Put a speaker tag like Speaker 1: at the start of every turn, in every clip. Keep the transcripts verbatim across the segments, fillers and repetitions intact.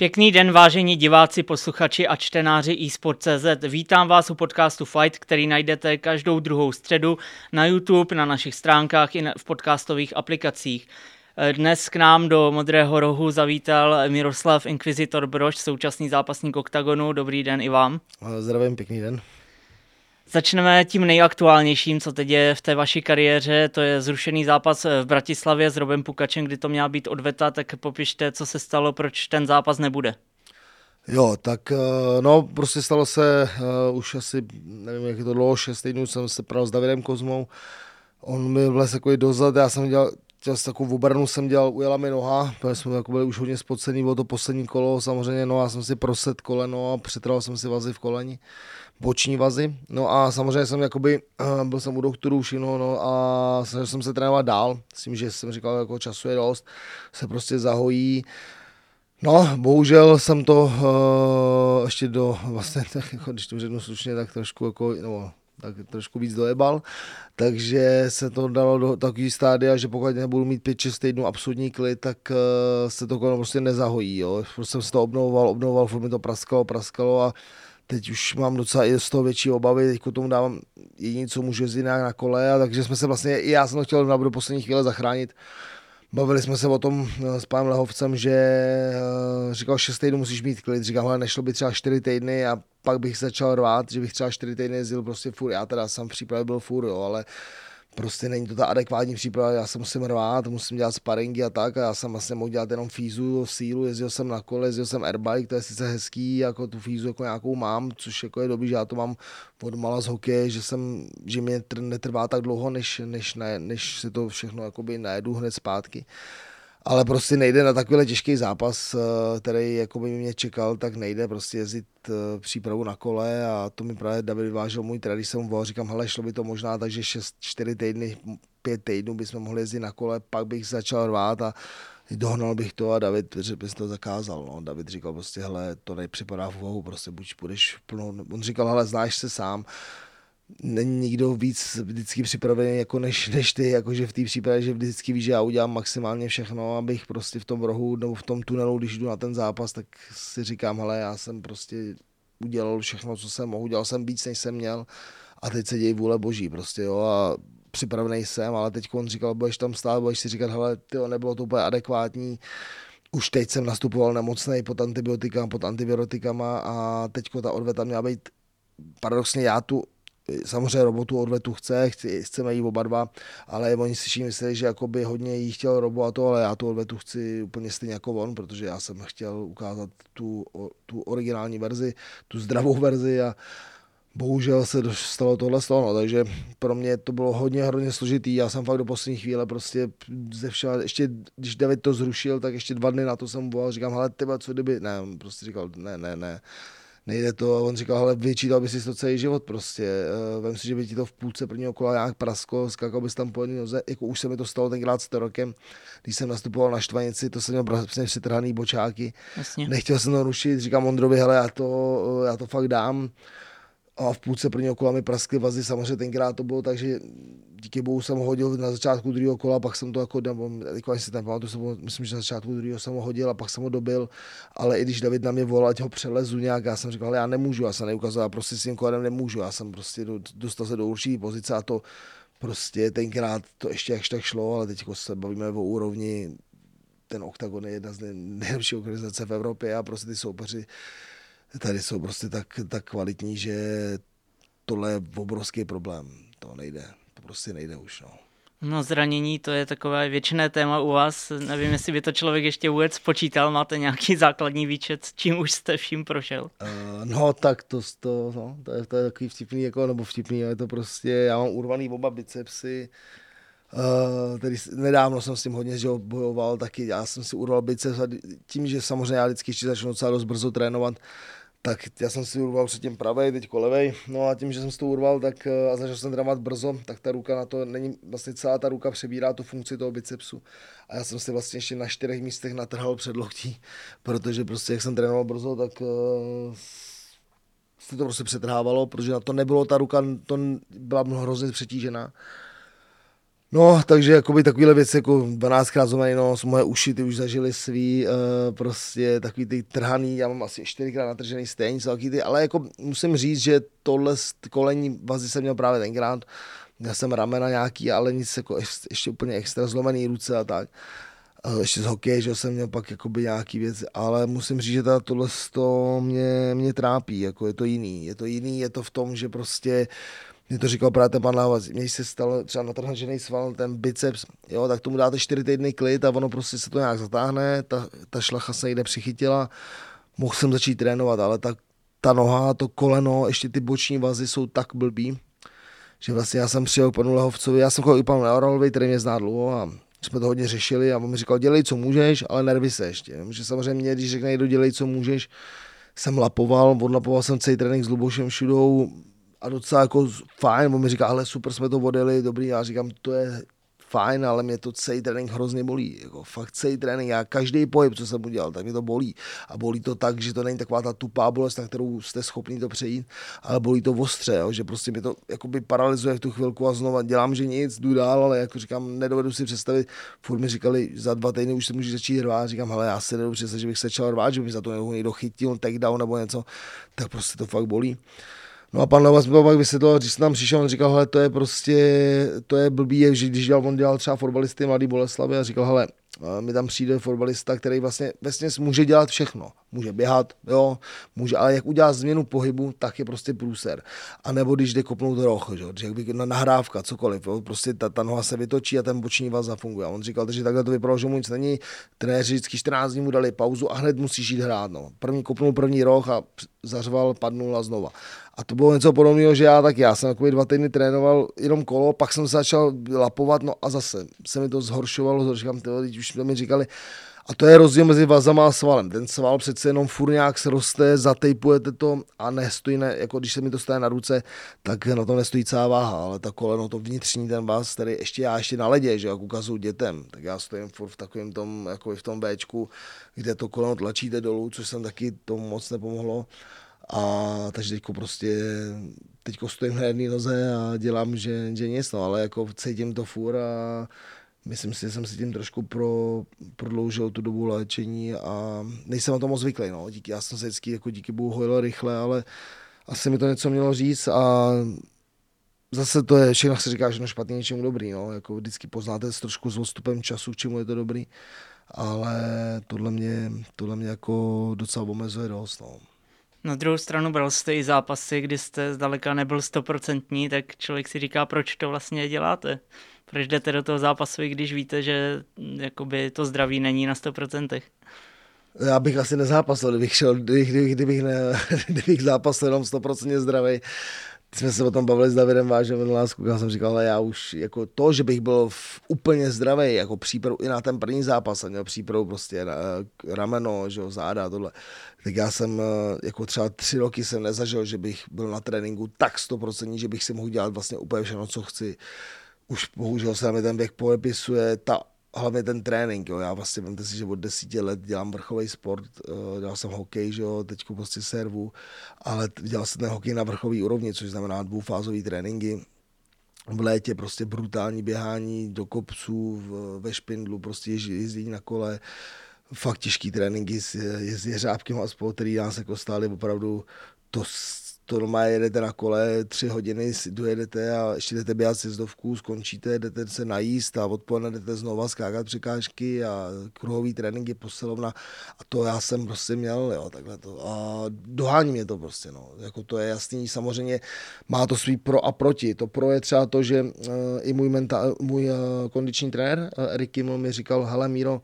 Speaker 1: Pěkný den, vážení diváci, posluchači a čtenáři eSport tečka cé zet. Vítám vás u podcastu Fight, který najdete každou druhou středu na YouTube, na našich stránkách i v podcastových aplikacích. Dnes k nám do Modrého rohu zavítal Miroslav Inquisitor Brož, současný zápasník Oktagonu. Dobrý den i vám.
Speaker 2: Zdravím, pěkný den.
Speaker 1: Začneme tím nejaktuálnějším, co teď je v té vaší kariéře, to je zrušený zápas v Bratislavě s Robem Pukačem, kdy to měla být odveta, tak popište, co se stalo, proč ten zápas nebude.
Speaker 2: Jo, tak no, prostě stalo se uh, už asi, nevím, jak je to dlouho, šest týdnů jsem se pral s Davidem Kozmou, on mi vlez takový dozad, já jsem dělal, dělal takovou obranu jsem dělal, ujela mi noha, protože jsme jako byli už hodně spocený, bylo to poslední kolo, samozřejmě, no já jsem si prosed koleno a přetrhal jsem si vazy v koleni, boční vazy, no a samozřejmě jsem jakoby, uh, byl jsem u doktorů, všechno, no a snažil jsem se trénovat dál, s tím, že jsem říkal, jako času je dost, se prostě zahojí. No, bohužel jsem to uh, ještě do, vlastně, tak, jako, když to řeknu slušně, tak trošku, jako, no, tak trošku víc dojebal, takže se to dalo do takový stádia, že pokud nebudu mít pět šest týdnů absolutní klid, tak uh, se to koleno prostě nezahojí, jo. Prostě jsem se to obnovoval, obnovoval, furt mi to praskalo, praskalo a teď už mám docela i z toho větší obavy, teď tomu dávám jediné, co můžu jezdit nějak na kole, a takže jsme se vlastně, i já jsem to chtěl do poslední chvíle zachránit. Bavili jsme se o tom s panem Lehovcem, že říkal, šest týdnů musíš mít klid, říkám, ale nešlo by třeba čtyři týdny a pak bych začal rvát, že bych třeba čtyři týdny jezdil prostě furt, já teda jsem v přípravě byl furt, jo, ale prostě není to ta adekvátní příprava, já se musím rvát, musím dělat sparingy a tak a já jsem vlastně mohl dělat jenom fízu, sílu, jezdil jsem na kole, jezdil jsem airbike, to je sice hezký, jako tu fízu jako nějakou mám, což jako je dobrý, že já to mám od mala z hokeje, že jsem, že mě netrvá tak dlouho, než, než, ne, než si to všechno jakoby najedu hned zpátky. Ale prostě nejde na takovýhle těžký zápas, který jako by mě čekal, tak nejde prostě jezdit přípravu na kole a to mi právě David vyvážel můj trenér, když jsem mu volal, říkám, hele, šlo by to možná, takže šest čtyři týdny, pět týdnů bychom mohli jezdit na kole, pak bych začal rvát a dohnal bych to a David, že bys to zakázal, no. David říkal prostě, hele, to nepřipadá v úvahu, prostě buď půjdeš plnou, on říkal, hele, znáš se sám, není nikdo víc vždycky připravený jako než, než ty, jakože v té přípravě, že vždycky víš, že já udělám maximálně všechno, abych prostě v tom rohu nebo v tom tunelu, když jdu na ten zápas, tak si říkám, hele, já jsem prostě udělal všechno, co jsem mohl, udělal jsem víc, než jsem měl a teď se dějí vůle boží prostě, jo, a připravený jsem, ale teď on říkal, budeš tam stát, budeš si říkat, hele, tyjo, nebylo to úplně adekvátní, už teď jsem nastupoval nemocnej pod antibiotikama, pod antivirotikama a teďko ta odveta měla být, paradoxně já tu samozřejmě robotu odvetu chce, chci, chceme jí oba dva, ale oni si všichni mysleli, že jakoby hodně jí chtěl Robo a to, ale já tu odvetu chci úplně stejně jako on, protože já jsem chtěl ukázat tu, tu originální verzi, tu zdravou verzi a bohužel se stalo tohle stalo, no, takže pro mě to bylo hodně, hodně složitý, já jsem fakt do poslední chvíle prostě ze všeho, ještě když David to zrušil, tak ještě dva dny na to jsem volal, říkám, hele, tyba, co kdyby, ne, on prostě říkal, ne, ne, ne, nejde to, a on říkal, hele, vyčítal by si to celý život prostě, vem si, že by ti to v půlce prvního kola nějak prasklo, skákal bys tam po jedné noze, jako už se mi to stalo tenkrát s rokem, když jsem nastupoval na Štvanici, to jsem měl prostě přitrhaný bočáky,
Speaker 1: Jasně.
Speaker 2: Nechtěl jsem to rušit, říkám Ondrovi, hele, já to, já to fakt dám, a v půlce prvního kola mi praskly vazy, samozřejmě tenkrát to bylo tak, že díky bohu jsem ho hodil na začátku druhého kola, pak jsem to jako, jako si tam pamatuju, myslím, že na začátku druhého jsem ho hodil a pak jsem ho dobil, ale i když David na mě volal, ať ho přelezu nějak, já jsem říkal, ale já nemůžu, já jsem neukazoval, já prostě s tím kolenem nemůžu, já jsem prostě dostal se do určitý pozice a to prostě tenkrát to ještě jakž tak šlo, ale teď se bavíme o úrovni, ten Oktagon je jedna z nejlepších organizací v Evropě a prostě ty soupeři tady jsou prostě tak, tak kvalitní, že tohle je obrovský problém. To nejde. To prostě nejde už. No.
Speaker 1: No zranění, to je takové věčné téma u vás. Nevím, jestli by to člověk ještě vůbec počítal. Máte nějaký základní výčet, s čím už jste vším prošel?
Speaker 2: Uh, no tak to, to, no, to, je, to je takový vtipný, jako, nebo vtipný, ale to prostě, já mám urvaný oba bicepsy. Uh, tedy nedávno jsem s tím hodně že bojoval, taky já jsem si urval biceps a tím, že samozřejmě já vždycky ještě začnu docela dost brzo trénovat, tak já jsem si urval předtím pravej, teď levej, no a tím, že jsem si to urval, tak a začal jsem trénovat brzo, tak ta ruka na to není, vlastně celá ta ruka přebírá tu funkci toho bicepsu a já jsem si vlastně ještě na čtyřech místech natrhal předloktí, protože prostě jak jsem trénoval brzo, tak uh, se to prostě přetrhávalo, protože na to nebylo ta ruka, to byla hrozně přetížená. No, takže jakoby takovýhle věci jako dvanáctkrát zlomený nos, moje uši ty už zažily svý, uh, prostě takový ty trhaný, já mám asi čtyřikrát natržený stejně, takový ty, ale jako musím říct, že tohle kolení vazy jsem měl právě tenkrát, měl jsem ramena nějaký, ale nic jako ještě úplně extra zlomený ruce a tak. Uh, ještě z hokeje, že jsem měl pak jakoby nějaký věci, ale musím říct, že teda tohle to mě, mě trápí, jako je to jiný, je to jiný, je to v tom, že prostě mě to říkal právě ten pan Lávaz, mně se stalo třeba natržený sval, ten biceps, jo, tak tomu dáte čtyři týdny klid a ono prostě se to nějak zatáhne, ta, ta šlacha se jde přichytila, mohl jsem začít trénovat, ale ta, ta noha, to koleno, ještě ty boční vazy jsou tak blbý, že vlastně já jsem přijel k panu Lehovcovi, já jsem chodil i panu Leoralovi, který mě zná dlouho a jsme to hodně řešili a on mi říkal, dělej, co můžeš, ale nervi se ještě, že samozřejmě, když řekne někdo, dělej, co můžeš, jsem lapoval, odlapoval jsem celý trénink s Lubošem Šudou, a docela jako fajn, on mi říká, ale super, jsme to odjeli, dobrý, já říkám, to je fajn, ale mě to celý trénink hrozně bolí, jako fakt celý trénink, já každý pohyb, co jsem udělal, tak mě to bolí a bolí to tak, že to není taková ta tupá bolest, na kterou jste schopni to přejít, ale bolí to ostře, jo, že prostě mě to jakoby paralyzuje v tu chvilku a znova dělám, že nic, jdu dál, ale jako říkám, nedovedu si představit, furt mi říkali, za dva týdny už se můžeš začít rvát, říkám, hele, já si nedovedu představit, že bych se začal rvát, že by za to někdo chytil, takedown nebo něco, tak prostě to fakt bolí. No a pan Levas mi pak vysvětlil, když jsem tam přišel, on říkal, hele, to je prostě, to je blbý, že když dělal, on dělal třeba fotbalisty Mladý Boleslavi a říkal, hele, mi tam přijde fotbalista, který vlastně vesměs může dělat všechno. Může běhat, jo, může, ale jak udělá změnu pohybu, tak je prostě průser. A nebo když jde kopnout roh, že jakby nahrávka, cokoliv, jo, prostě ta, ta noha se vytočí a ten boční vaz zafunguje. A on říkal, že takhle to vypadalo, že mu nic není, trenéři vždycky čtrnáct dní mu dali pauzu a hned musíš jít hrát. No. První kopnul první roh a zařval, padnul a znova. A to bylo něco podobného, že já tak já jsem takový dva týdny trénoval jenom kolo, pak jsem se začal lapovat, no a zase se mi to zhoršovalo, říkám, tyhle, už mi říkali, a to je rozdíl mezi vazama a svalem. Ten sval přece jenom furt nějak se roste, zatejpujete to a nestojí, ne, jako když se mi to stane na ruce, tak na tom nestojí celá váha, ale ta koleno, to vnitřní ten vaz, který ještě já ještě na ledě, že jak ukazuju dětem, tak já stojím furt v takovém tom, jako v tom Bčku, kde to koleno tlačíte dolů, což jsem taky tomu moc nepomohlo. A takže teďko prostě, teďko stojím na jedné noze a dělám, že, že nic, no, ale jako cítím to furt a myslím si, že jsem si tím trošku pro, prodloužil tu dobu léčení a nejsem na to moc zvyklý, no, díky, já jsem se vždycky jako díky bohu hojil rychle, ale asi mi to něco mělo říct a zase to je, všechno se říká, že no špatný něčemu dobrý, no, jako vždycky poznáte s trošku s odstupem času, k čemu je to dobrý, ale tohle mě, tohle mě jako docela omezuje dost, no.
Speaker 1: Na druhou stranu bral jste i zápasy, kdy jste zdaleka nebyl stoprocentní, tak člověk si říká, proč to vlastně děláte? Proč jdete do toho zápasu, i když víte, že jakoby to zdraví není na sto procent?
Speaker 2: Já bych asi nezápasil, kdybych šel, kdybych, kdybych, ne, kdybych zápasil jenom sto procent zdravý. Jsme se o tom bavili s Davidem Vážem minulý lásku, já jsem říkal, ale já už jako to, že bych byl v, úplně zdravý, jako přípravu i na ten první zápas, a měl přípravu prostě na rameno, že jo, záda a tohle, tak já jsem jako třeba tři roky jsem nezažil, že bych byl na tréninku tak sto procent, že bych si mohl dělat vlastně úplně všechno, co chci. Už bohužel se mi ten věk podepisuje, ta hlavně ten trénink, jo. Já vlastně vemte si, že od desíti let dělám vrcholový sport, dělal jsem hokej, že jo, teďku prostě servu, ale dělal jsem ten hokej na vrcholové úrovni, což znamená dvoufázový tréninky. V létě prostě brutální běhání do kopců, ve špindlu, prostě ježdění na kole, fakt těžký tréninky s, s jeřábkem a spolu, který nás jako stály opravdu to To normálně jedete na kole, tři hodiny dojedete a ještě jdete běhat sjezdovku, skončíte, jdete se najíst a odpoledne jdete znova skákat překážky a kruhový tréninky, posilovna a to já jsem prostě měl, jo, takhle to. A dohání mě to prostě, no, jako to je jasný, samozřejmě má to svý pro a proti. To pro je třeba to, že uh, i můj, mentál, můj uh, kondiční trenér uh, Erik Kimmel mi říkal, hele Míro,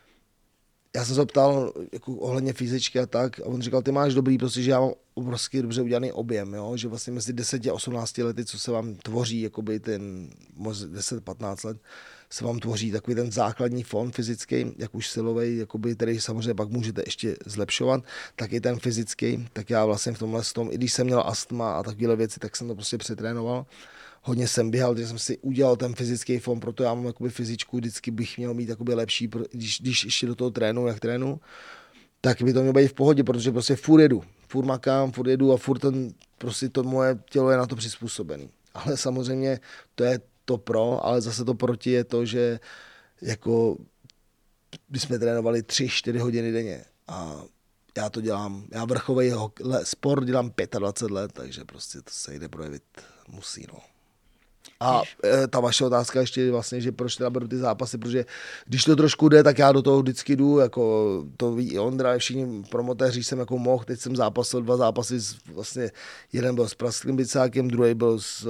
Speaker 2: já jsem se ptal jako ohledně fyzičky a tak a on říkal, ty máš dobrý, prostě, že já mám obrovský dobře udělaný objem, jo? Že vlastně mezi deseti a osmnácti lety, co se vám tvoří, jakoby ten deset patnáct let, se vám tvoří takový ten základní fond fyzický, jak už silový, jakoby, který samozřejmě pak můžete ještě zlepšovat, tak i ten fyzický, tak já vlastně v tomhle tom, i když jsem měl astma a takové věci, tak jsem to prostě přetrénoval. Hodně jsem běhal, že jsem si udělal ten fyzický form, proto já mám jakoby fyzičku, vždycky bych měl mít jakoby lepší, když, když ještě do toho trénu, jak trénu, tak by to mělo být v pohodě, protože prostě furt jedu, furt makám, furt jedu a furt ten, prostě to moje tělo je na to přizpůsobený. Ale samozřejmě to je to pro, ale zase to proti je to, že jako my jsme trénovali tři čtyři hodiny denně a já to dělám, já vrchový sport dělám dvacet pět let, takže prostě to se jde projevit musí, no. A ta vaše otázka ještě vlastně, že proč teda beru ty zápasy, protože když to trošku jde, tak já do toho vždycky jdu, jako to ví i Ondra, všichni promotéři jsem jako mohl, teď jsem zápasil dva zápasy, s, vlastně jeden byl s prasklým bicákem, druhý byl s,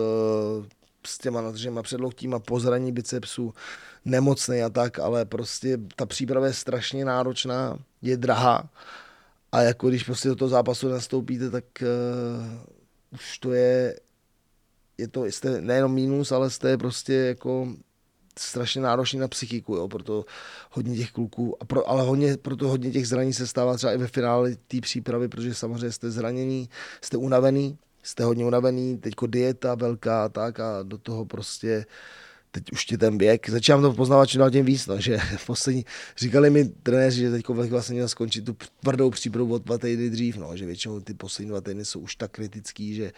Speaker 2: s těma natržema předlohtíma po zraní bicepsu, nemocnej a tak, ale prostě ta příprava je strašně náročná, je drahá a jako když prostě do toho zápasu nastoupíte, tak uh, už to je je to jste nejenom mínus, ale jste prostě jako strašně náročný na psychiku, jo, proto hodně těch kluků, a pro, ale hodně, proto hodně těch zraní se stává třeba i ve finále té přípravy, protože samozřejmě jste zranění, jste unavený, jste hodně unavený, teďko dieta velká tak a do toho prostě teď už je ten věk. Začínám to poznávat čím dál tím víc, no, že poslední, říkali mi trenéři, že teďko vlastně měl skončit tu tvrdou přípravu od dva týdny dřív, no, že většinou ty poslední dva týdny jsou už tak kritický, že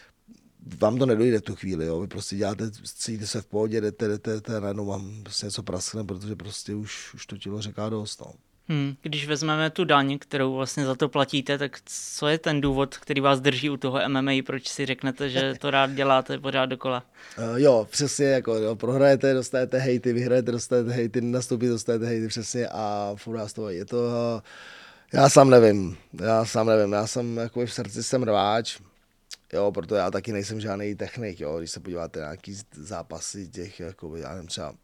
Speaker 2: vám to nedojde v tu chvíli, jo. Vy prostě děláte, cítíte se v pohodě, jdete, jdete, jdete, najednou vám prostě něco praskne, protože prostě už, už to tělo říká dost, no.
Speaker 1: Hmm, když vezmeme tu daň, kterou vlastně za to platíte, tak co je ten důvod, který vás drží u toho M M A, proč si řeknete, že to rád děláte pořád dokola?
Speaker 2: Uh, jo, přesně, jako jo, prohrajete, dostanete hejty, vyhrajete, dostanete hejty, nastoupíte, dostanete hejty, přesně a furt vás to je to, uh, já sám nevím, já sám nevím, já jsem jako v srdci jsem rváč. Jo, proto já taky nejsem žádný technik, jo, když se podíváte na nějaký zápasy těch, jako já nevím, třeba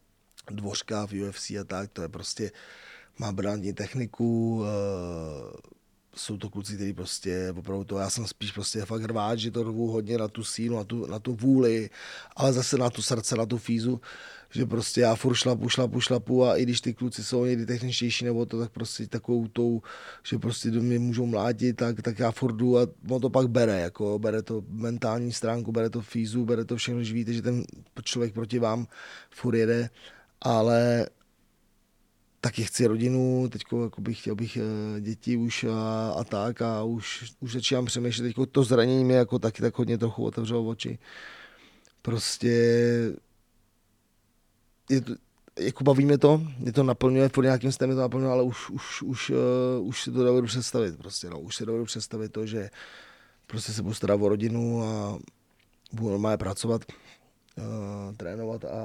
Speaker 2: Dvořka v U F C a tak, to je prostě, má brandní techniku, e, jsou to kluci, kteří prostě, opravdu to, já jsem spíš prostě fakt rváč, že to rvu hodně na tu sílu, na tu, na tu vůli, ale zase na tu srdce, na tu fízu, že prostě já furt šlapu, šlapu, šlapu a i když ty kluci jsou někdy techničtější nebo to, tak prostě takovou tou, že prostě do mě můžou mlátit, tak, tak já furt jdu a on to pak bere, jako bere to mentální stránku, bere to fízu, bere to všechno, že víte, že ten člověk proti vám furt jede, ale taky chci rodinu, teďko jako bych chtěl bych děti už a, a tak a už, už začínám přemýšlet, teďko to zranění mi jako taky tak hodně trochu otevřelo oči. Prostě je to, jako baví mě to, mě to naplňuje, v nějakým stylem to naplňuje, ale už, už, už, uh, už si to dovedu představit prostě, no. Už si dovedu představit to, že prostě se budu starat o rodinu a budu normálně pracovat, uh, trénovat a,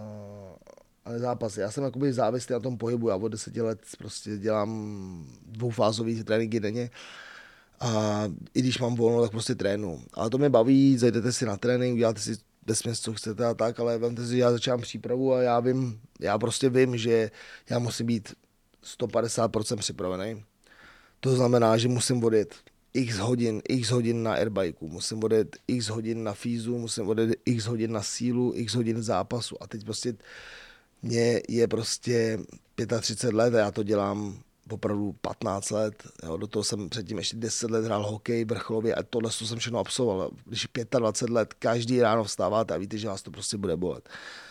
Speaker 2: a nezápasy. Já jsem jakoby závislý na tom pohybu, já od deseti let prostě dělám dvoufázový tréninky denně a i když mám volno, tak prostě trénu. Ale to mě baví, zajdete si na trénink, uděláte si vesměs, co chcete a tak, ale vemte si, že já začínám přípravu a já vím, já prostě vím, že já musím být sto padesát procent připravený. To znamená, že musím odjet x hodin, x hodin na airbikeu, musím odjet x hodin na fízu, musím odjet x hodin na sílu, x hodin zápasu a teď prostě mě je prostě třicet pět let a já to dělám opravdu patnáct let, jo, do toho jsem předtím ještě deset let hrál hokej vrcholově a tohle jsem všechno absolvoval. Když dvacet pět let, každý ráno vstáváte a víte, že vás to prostě bude bolet.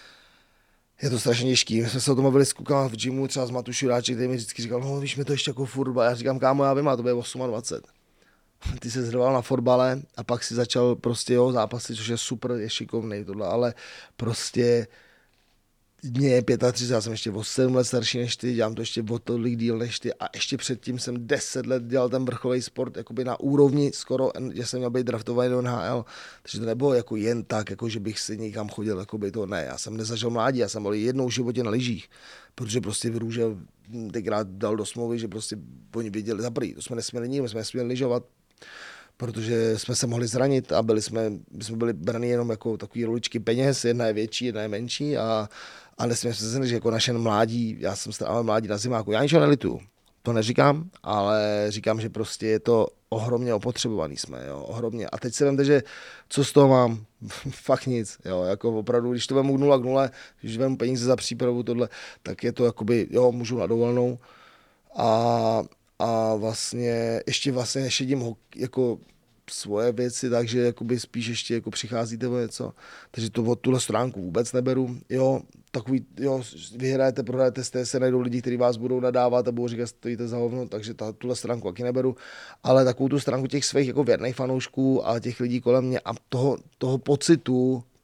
Speaker 2: Je to strašně těžký. My jsme se o tom bavili s klukama v gymu, třeba s Matuší Ráček, který mi vždycky říkal, no víš, mi to ještě jako furt, a já říkám, kámo, já vím, a to bude dvacet osm. Ty se zhrval na fotbale a pak si začal prostě jo, zápasy, což je super, je šikovnej tohle, ale prostě mě je třicet pět, já jsem ještě o sedm let starší než ty, dělám to ještě o tolik díl než ty a ještě předtím jsem deset let dělal ten vrcholový sport jakoby na úrovni skoro, že jsem měl být draftovaný do N H L, takže to nebylo jako jen tak, jako že bych si někam chodil, jakoby to ne, já jsem nezažil mládí, já jsem byl jednou v životě na lyžích, protože prostě Růžel tenkrát dal do smlouvy, že prostě oni viděli, za prvý, to jsme nesměli nikdo, jsme nesměli lyžovat, protože jsme se mohli zranit a byli jsme, jsme byli braní jenom jako takový roličky peněz, jedna je větší, jedna je menší a A nesmím se zjistit, že jako naše mládí, já jsem strávil mládí na zimáku, já ničeho nelituju, to neříkám, ale říkám, že prostě je to ohromně opotřebovaný jsme, jo, ohromně. A teď se vemte, že co z toho mám? Fakt nic, jo, jako opravdu, když to vemu nula k nule, když vemu peníze za přípravu tohle, tak je to jakoby, jo, můžu na dovolenou a, a vlastně ještě vlastně šedím jako svoje věci, takže jakoby spíš ještě jako přicházíte o něco. Takže to od tuhle stránku vůbec neberu. Jo, takový, jo, vyhrajete, prohrajete, jste se najdou lidi, kteří vás budou nadávat a budou říkat, stojíte za hovno, takže ta, tuhle stránku taky neberu. Ale takovou tu stránku těch svých jako věrných fanoušků a těch lidí kolem mě a toho, toho pocitu,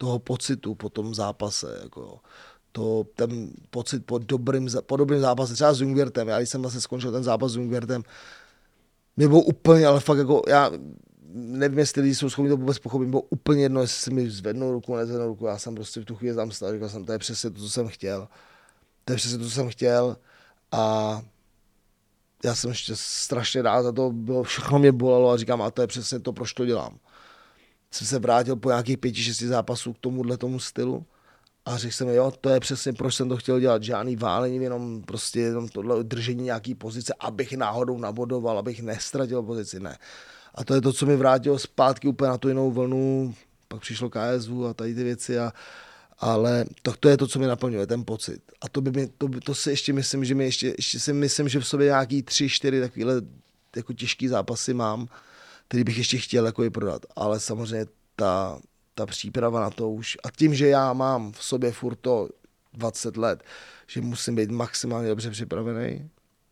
Speaker 2: toho pocitu po tom zápase, jako to, ten pocit po dobrým, po dobrým zápase, třeba s Jungwirtem, já když jsem vlastně skončil ten zápas s Jungwirtem, mě bylo úplně, ale fakt jako, já nevím, jestli lidi jsou schopni to vůbec pochopit, bylo úplně jedno, jestli si mi zvednou ruku, nezvednou ruku, já jsem prostě v tu chvíli tam stál, říkal jsem, to je přesně to, co jsem chtěl, to je přesně to, co jsem chtěl a já jsem ještě strašně rád za to, bylo, všechno mě bolelo a říkám, a to je přesně to, proč to dělám. Jsem se vrátil po nějakých pěti, šesti zápasů k tomuhle tomu stylu a řekl jsem, jo, to je přesně, proč jsem to chtěl dělat, žádný válení, jenom prostě jenom tohle držení nějaký pozice, abych náhodou nabodoval, abych nestratil pozici, ne. A to je to, co mi vrátilo zpátky úplně na tu jinou vlnu, pak přišlo K S V a tady ty věci, a, ale to, to je to, co mi naplňuje, ten pocit. A to by mi, to, to si ještě myslím, že mi ještě, ještě si myslím, že v sobě nějaký tři, čtyři takovýhle jako těžký zápasy mám, který bych ještě chtěl jako i prodat. Ale samozřejmě ta, ta příprava na to už, a tím, že já mám v sobě furt to dvacet let, že musím být maximálně dobře připravený,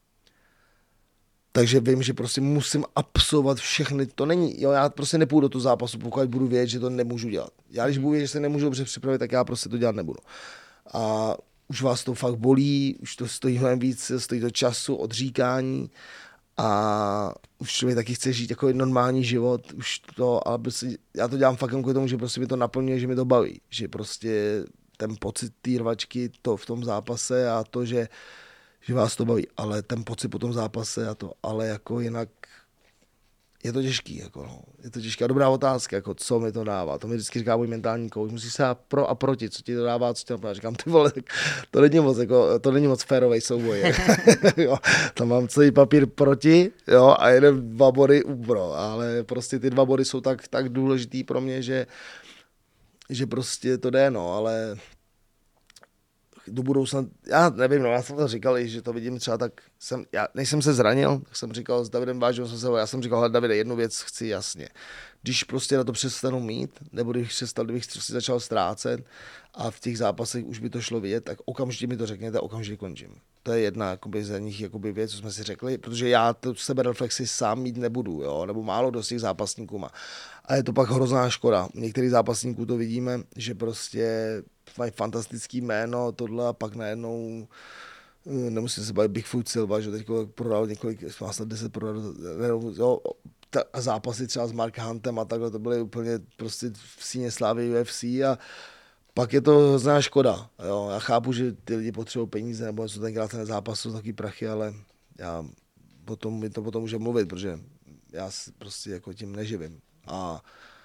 Speaker 2: takže vím, že prostě musím absolvovat všechny, to není, jo, já prostě nepůjdu do toho zápasu, pokud budu vědět, že to nemůžu dělat. Já když budu vědět, že se nemůžu dobře připravit, tak já prostě to dělat nebudu. A už vás to fakt bolí, už to stojí mnohem víc, stojí to času, odříkání a už člověk taky chce žít jako normální život, už to, ale prostě já to dělám fakt kvůli tomu, že prostě mi to naplňuje, že mi to baví, že prostě ten pocit té rvačky to v tom zápase a to, že že vás to baví, ale ten pocit po tom zápase a to, ale jako jinak je to těžký, jako no. Je to těžká, dobrá otázka, jako co mi to dává, to mi vždycky říká můj mentální kouč, musíš se pro a proti, co ti to dává, co ti to dává, říkám, ty vole, to není moc, jako, to není moc férovej souboj, jo, tam mám celý papír proti, jo, a jeden dva body pro, ale prostě ty dva body jsou tak, tak důležitý pro mě, že, že prostě to jde, no, ale do budoucna, já nevím, no, já jsem to říkal, že to vidím třeba tak, jsem, já, než jsem se zranil, tak jsem říkal s Davidem Vážou, jsem se, já jsem říkal, hele Davide, jednu věc chci jasně, když prostě na to přestanu mít, nebo když přestal, kdybych si začal ztrácet a v těch zápasech už by to šlo vidět, tak okamžitě mi to řekněte a okamžitě končím. To je jedna jakoby, z nich jakoby, věc, co jsme si řekli, protože já tu sebereflexi sám mít nebudu, jo, nebo málo dost těch zápasníků má. A je to pak hrozná škoda. Některých zápasníků to vidíme, že prostě mají fantastický jméno, tohle a pak najednou, nemusím se bavit, Bigfoot Silva, že teď prodal několik, má snad deset prodal, jo, a zápasy třeba s Mark Huntem a takhle, to byly úplně prostě v síně slávy U F C a pak je to hrozná škoda. Jo. Já chápu, že ty lidi potřebují peníze, nebo něco tenkrát ten zápas jsou taky prachy, ale já potom, mi to potom může mluvit, protože já prostě jako tím neživím. A,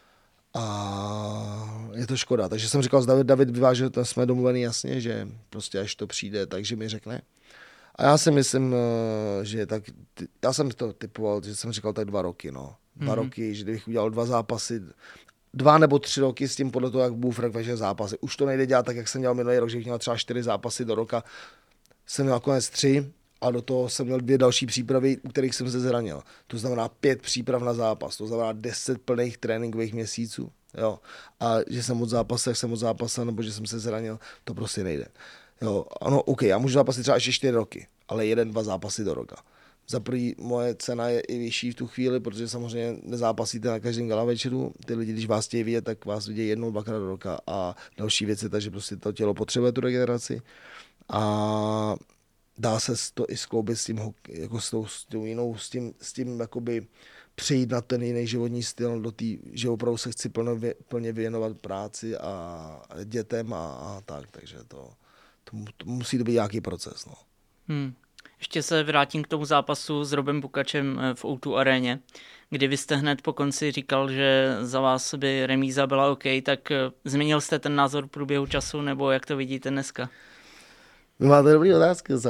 Speaker 2: a je to škoda. Takže jsem říkal, David, David vyvážil, to jsme domluvený jasně, že prostě až to přijde, takže mi řekne. A já si myslím, že tak, já jsem to typoval, že jsem říkal tak dva roky, no. Dva mm-hmm. roky, že kdybych udělal dva zápasy, dva nebo tři roky s tím podle toho, jak budu frekvenčně zápasy. Už to nejde dělat tak, jak jsem dělal minulý rok, že bych měl třeba čtyři zápasy do roka. Jsem měl nakonec tři a do toho jsem měl dvě další přípravy, u kterých jsem se zranil. To znamená pět příprav na zápas, to znamená deset plných tréninkových měsíců. Jo. A že jsem od zápasu, jak jsem od zápasu, nebo že jsem se zranil, to prostě nejde. Jo. Ano, OK, já můžu zápasit třeba ještě čtyři roky, ale jeden, dva zápasy do roka. Za první moje cena je i vyšší v tu chvíli, protože samozřejmě nezápasíte na každém gala večeru. Ty lidi, když vás chtějí vidět, tak vás vidějí jednou, dvakrát do roka. A další věc je ta, že prostě to tělo potřebuje tu regeneraci. A dá se to i skloubit s tím, jako s tou, s tou jinou, s tím, s tím jakoby přejít na ten jiný životní styl, do tý, že opravdu se chci plně, plně věnovat práci a dětem a, a tak. Takže to, to, to musí to být nějaký proces. No.
Speaker 1: Hmm. Ještě se vrátím k tomu zápasu s Robem Bukačem v O dva aréně, kdy vy jste hned po konci říkal, že za vás by remíza byla OK, tak změnil jste ten názor v průběhu času, nebo jak to vidíte dneska?
Speaker 2: Vy máte dobrý otázky. Uh,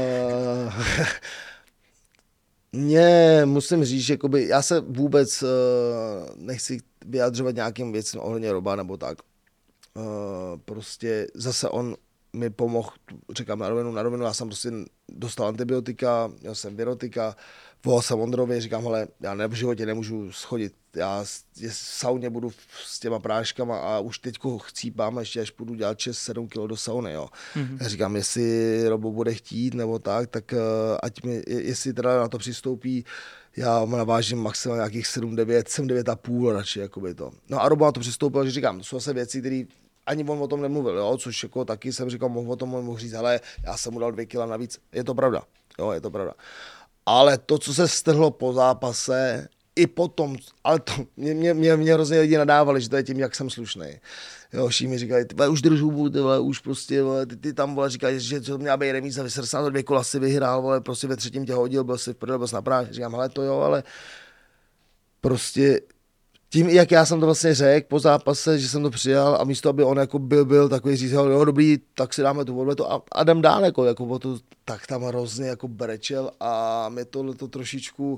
Speaker 2: Mně musím říct, že jakoby, já se vůbec uh, nechci vyjadřovat nějakým věcem ohledně Roba nebo tak. Uh, prostě zase on mi pomohl, říkám na rovinu, na rovinu, já jsem prostě dostal antibiotika, měl jsem virotika, volal jsem Ondrovi, říkám, hele, já ne, v životě nemůžu schodit, já v sauně budu s těma práškama a už teďko chcípám, ještě až půjdu dělat šest sedm kilo do sauny, jo. Mm-hmm. Já říkám, jestli Robo bude chtít nebo tak, tak ať mi, jestli teda na to přistoupí, já navážím maximálně nějakých sedm devět, sedm devět a půl radši, jakoby to. No a Robo na to přistoupil, že říkám, to jsou zase věci, které ani on o tom nemluvil, jo, což jako taky jsem říkal, mohl o tom mohl říct, ale já jsem mu dal dvě kila navíc, je to pravda, jo, je to pravda. Ale to, co se strhlo po zápase, i potom, ale to mě, mě, mě, mě hrozně lidi nadávali, že to je tím, jak jsem slušnej. Jo, všichni mi říkali, ty už drž hubu, ty vole, už prostě, vole, ty, ty tam, vole, říkali, že to měla být remíza, vysrsá to dvě kola si vyhrál, vole, prostě ve třetím tě hodil, byl si v prdele, byl jsi na práži. Říkám, hele, to jo, ale prostě tím, jak já jsem to vlastně řekl po zápase, že jsem to přijal a místo, aby on jako byl, byl takový říct, jo, dobrý, tak si dáme tu odvetu a, a jdem dál, jako, jako to, tak tam hrozně jako brečel a mě tohle to trošičku,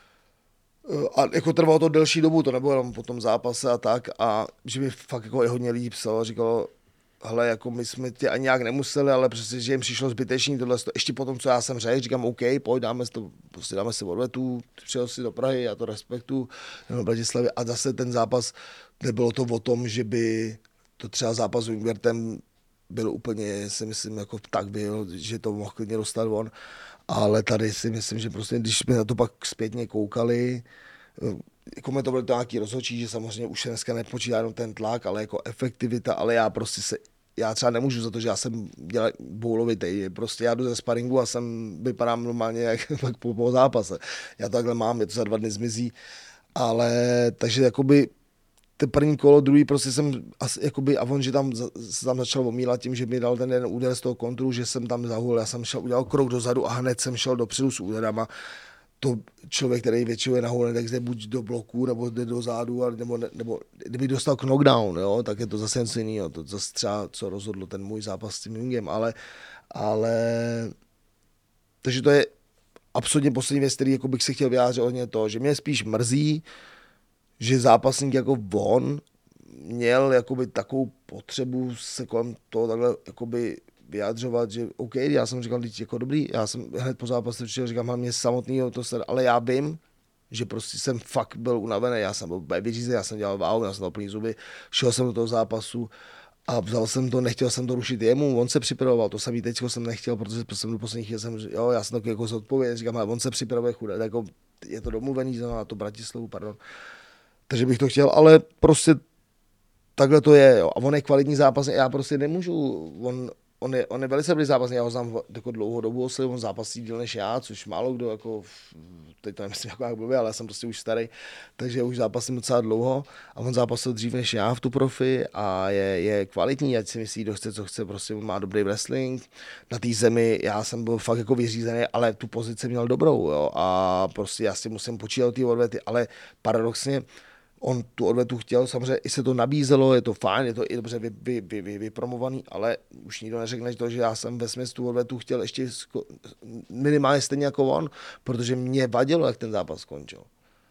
Speaker 2: a jako trvalo to delší dobu, to nebylo jenom po tom zápase a tak, a že mi fakt jako i hodně lidí psalo, říkalo, hele, jako my jsme tě ani nějak nemuseli, ale přesně, že jim přišlo zbytečný tohle, ještě po tom, co já jsem řekl, říkám, OK, pojď, dáme si to, prostě dáme si odvetu, přijel si do Prahy, já to respektu, do Bratislavy a zase ten zápas, nebylo to o tom, že by to třeba zápas s Ingwertem byl úplně, si myslím, jako tak byl, že to mohl klidně dostat on, ale tady si myslím, že prostě, když jsme na to pak zpětně koukali, komentovali to nějaký rozhodčí, že samozřejmě už se dneska nepočítá jenom ten tlak, ale jako efektivita, ale já prostě se, já třeba nemůžu za to, že já jsem dělal boulovitej, prostě já jdu ze sparingu a jsem vypadám normálně jak po, po zápase. Já to takhle mám, je to za dva dny zmizí, ale takže jakoby ten první kolo, druhý prostě jsem, jakoby, a on, že tam, tam začal omílat tím, že mi dal ten jeden úder z toho kontru, že jsem tam zahul, já jsem šel, udělal krok dozadu a hned jsem šel dopředu s úderama. To člověk, který většinou je na hole, tak jde buď do bloku, nebo jde do zádu, nebo, nebo kdyby dostal knockdown, jo, tak je to zase něco jiného. To zase třeba, co rozhodlo ten můj zápas s tím Jungem, ale, ale takže to je absolutně poslední věc, který jako bych si chtěl vyjádřit hodně to, že mě spíš mrzí, že zápasník jako on měl jakoby takovou potřebu se kolem toho takhle jakoby vyjadřovat, že OK, já jsem říkal, teď jako dobrý, já jsem hned po zápase přišel, říkám, mě samotný, to se, ale já vím, že prostě jsem fakt byl unavený, já jsem byl vyřízený, já jsem dělal váhu, já jsem dal plný zuby, šel jsem do toho zápasu a vzal jsem to, nechtěl jsem to rušit jemu, on se připravoval, to samý teď jsem nechtěl, protože jsem do posledních chvíli jsem, jo, já jsem taky jako zodpověděl, říkám, ale on se připravuje chudé, jako je to domluvený, na to Bratislavu, pardon. Takže bych to chtěl, ale prostě takhle to je, jo. A on je kvalitní zápasník, já prostě nemůžu, on, on, je, on je velice dobrý zápasník, já ho znám jako dlouhou dobu, on zápasí díl než já, což málo kdo, jako, teď to nemyslím jako jak blbě, ale já jsem prostě už starý, takže už zápasím docela dlouho a on zápasil dřív než já v tu profi a je, je kvalitní, ať si myslí, kdo chce, co chce, prostě má dobrý wrestling, na té zemi já jsem byl fakt jako vyřízený, ale tu pozici měl dobrou, jo, a prostě já si musím počítat ty odvety, ale paradoxně, on tu odvetu chtěl, samozřejmě i se to nabízelo, je to fajn, je to i dobře vy, vy, vy, vy, vypromovaný, ale už nikdo neřekne to, že já jsem ve smyslu tu odvetu chtěl ještě minimálně stejně jako on, protože mě vadilo, jak ten zápas skončil.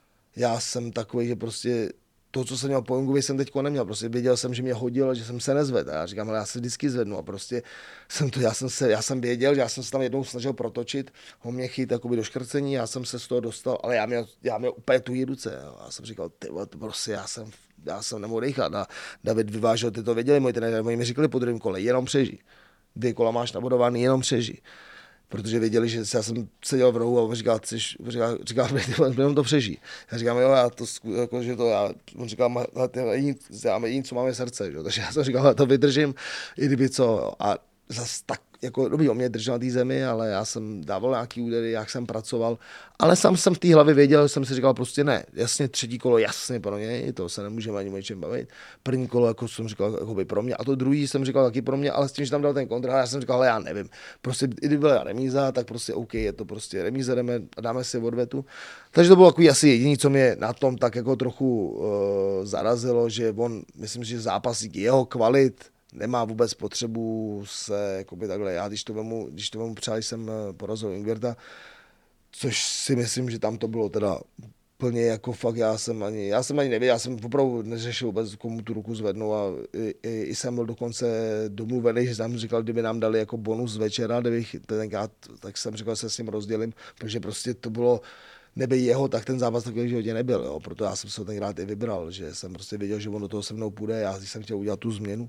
Speaker 2: Já jsem takový, že prostě to, co jsem měl po Jungovi, jsem teďko neměl. Prostě věděl jsem, že mě hodil, že jsem se nezvedl. A já říkám, ale já se vždycky zvednu. A prostě jsem to, já jsem se, já jsem věděl, že já jsem se tam jednou snažil protočit, ho mě chyt jakoby do škrcení, já jsem se z toho dostal, ale já měl, já měl úplně tu ruce. Já jsem říkal, ty to prostě já jsem, já jsem nemohl dýchat. A David vyvážel, ty to věděli, moji trenéři, oni mi říkali po druhém kole, jenom přežij. Dvě kola máš nabodovaný, jenom přežij. Protože věděli, že já jsem seděl v rohu a on říkal, chceš, říkal, říkal, jenom to přežij. Já říkám, jo, já to, jako, že to, já, on říkal, já jediný, co máme srdce, že? Takže já jsem říkal, já to vydržím, i kdyby co, jo. A zase tak, jako, dobrý, on mě držel na té zemi, ale já jsem dával nějaký údery, jak jsem pracoval, ale sám jsem v té hlavě věděl, jsem si říkal prostě ne, jasně třetí kolo, jasně pro něj, to se nemůžeme ani o něčem bavit, první kolo, jako jsem říkal, jako by pro mě, a to druhý jsem říkal taky pro mě, ale s tím, že tam dal ten kontra, já jsem říkal, ale já nevím, prostě i kdyby byla remíza, tak prostě OK, je to prostě remíza, jdeme, dáme si odvetu, takže to bylo takový asi jediný, co mě na tom tak jako trochu uh, zarazilo, že on, myslím, že zápasík jeho kvalit, nemá vůbec potřebu se, jakoby takhle, já když to vemu, když to vemu třeba, jsem porazil Ingwerta, což si myslím, že tam to bylo teda plně jako fakt, já jsem ani, já jsem ani nevěděl, já jsem opravdu neřešil vůbec, komu tu ruku zvednu a i, i, i jsem byl dokonce domluvený, že jsem říkal, kdyby nám dali jako bonus z večera, kdybych tenkrát, tak jsem říkal, že se s ním rozdělím, protože prostě to bylo, neby jeho, tak ten zápas takový v životě nebyl, jo, proto já jsem se ho tenkrát i vybral, že jsem prostě věděl, že on do toho se mnou půjde, já jsem chtěl udělat tu změnu.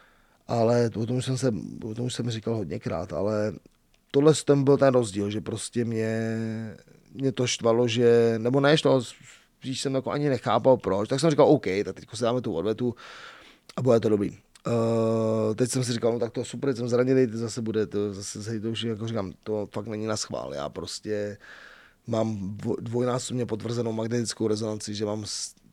Speaker 2: Ale o tom jsem se, o tom jsem říkal hodněkrát, ale tohle ten byl ten rozdíl, že prostě mě, mě to štvalo, že, nebo ne štvalo, spíš jsem jako ani nechápal proč, tak jsem říkal OK, tak teď si dáme tu odvetu a bude to dobrý. Uh, teď jsem si říkal, no tak to je super, jsem zraněný, ty zase bude, to zase se to už jako říkám, to fakt není na schvál. Já prostě mám dvojnásobně potvrzenou magnetickou rezonanci, že mám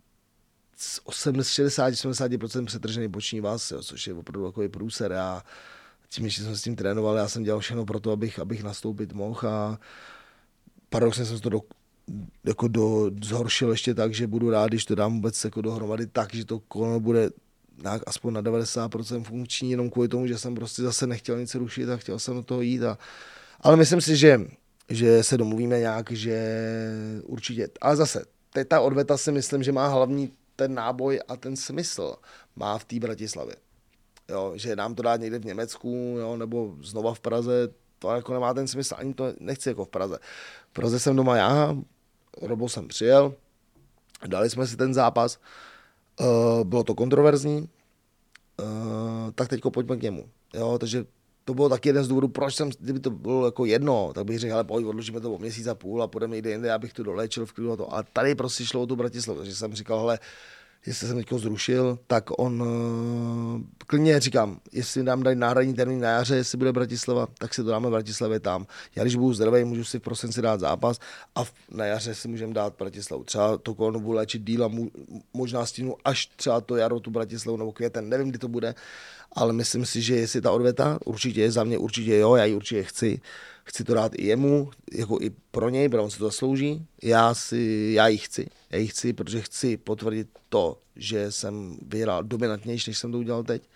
Speaker 2: z šedesát až sedmdesát procent přetržený boční vaz, jo, což je opravdu takový průser. Já tím, že jsem s tím trénoval, já jsem dělal všechno pro to, abych, abych nastoupit mohl a paradoxně jsem to do, jako do, zhoršil ještě tak, že budu rád, když to dám vůbec jako dohromady tak, že to koleno bude nějak aspoň na devadesát procent funkční, jenom kvůli tomu, že jsem prostě zase nechtěl nic rušit a chtěl jsem do toho jít. A, ale myslím si, že, že se domluvíme nějak, že určitě. Ale zase, teď ta odveta si myslím, že má hlavní ten náboj a ten smysl má v té Bratislavě. Jo, že nám to dát někde v Německu, jo, nebo znova v Praze, to jako nemá ten smysl, ani to nechci jako v Praze. V Praze jsem doma já, Robo jsem přijel, dali jsme si ten zápas, uh, bylo to kontroverzní, uh, tak teďko pojďme k němu. Jo, takže to bylo taky jeden z důvodů, proč jsem, kdyby to bylo jako jedno, tak bych řekl, ale pojď, odložíme to o měsíc a půl a půjdeme někde jinde, abych to doléčil v klidu a to. A tady prostě šlo o tu Bratislavu, takže jsem říkal, hele, jestli jsem teďko zrušil, tak on uh, klidně říkám, jestli nám dají náhradní termín na jaře, jestli bude Bratislava, tak si to dáme v Bratislavě tam. Já když budu zdravý, můžu si v prosinci dát zápas a v, na jaře si můžeme dát Bratislavu. Třeba to koleno budu léčit díl a mu, možná stínu až třeba to jaro tu Bratislavu nebo květen, nevím, kdy to bude, ale myslím si, že jestli ta odveta, určitě je za mě, určitě jo, já ji určitě chci. Chci to dát i jemu, jako i pro něj, protože on si to zaslouží. Já, si, já ji chci, já ji chci, protože chci potvrdit to, že jsem vyhrál dominantnější, než jsem to udělal teď.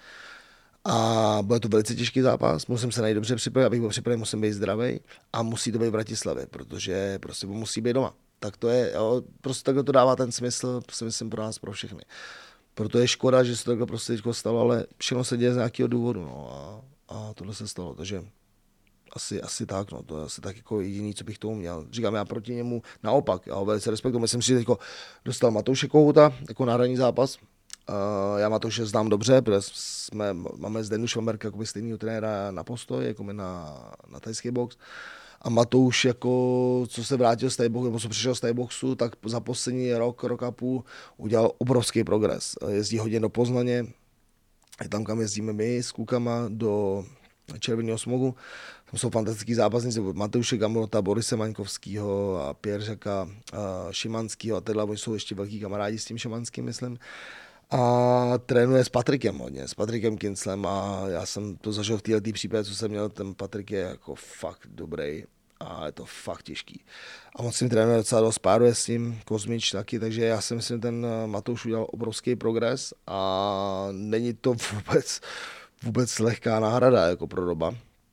Speaker 2: A bude to velice těžký zápas, musím se najít dobře připravit, abych byl připraven, musím být zdravý a musí to být v Bratislavě, protože prostě musí být doma. Tak to je, jo, prostě takhle to dává ten smysl, si myslím, pro nás, pro všechny. Proto je škoda, že se to takhle prostě stalo, ale všechno se děje z nějakého důvodu, no a, a tohle se stalo, takže asi, asi tak, no, to je asi tak jako jediný, co bych tomu měl. Říkám, já proti němu naopak, já ho velice respektuji, myslím si, že teďko dostal Matouše Kohouta jako náhradní zápas. Uh, já Matouše znám dobře, protože jsme, máme s Denu Švamberka jako stejného trenéra na postoj, jako my na, na tajský box. A Matouš, jako, co se vrátil z tajboxu, nebo co přišel z tajboxu, tak za poslední rok, rok a půl udělal obrovský progres. Jezdí hodně do Poznaně, je tam, kam jezdíme my s klukama, do Červeného Smogu. Tam jsou fantastický zápasníci od Mateuše Gamrota, Borise Maňkovského a Pěržaka a Šimanského a teda oni jsou ještě velký kamarádi s tím Šimanským, myslím. A trénuje s Patrikem hodně, s Patrikem Kinclem a já jsem to zažil v této případě, co jsem měl, ten Patrik je jako fakt dobrý a je to fakt těžký. A on s tím trénuje docela dost, páruje s tím Kozmič taky, takže já si myslím, že ten Matouš udělal obrovský progres a není to vůbec, vůbec lehká náhrada jako pro Roba.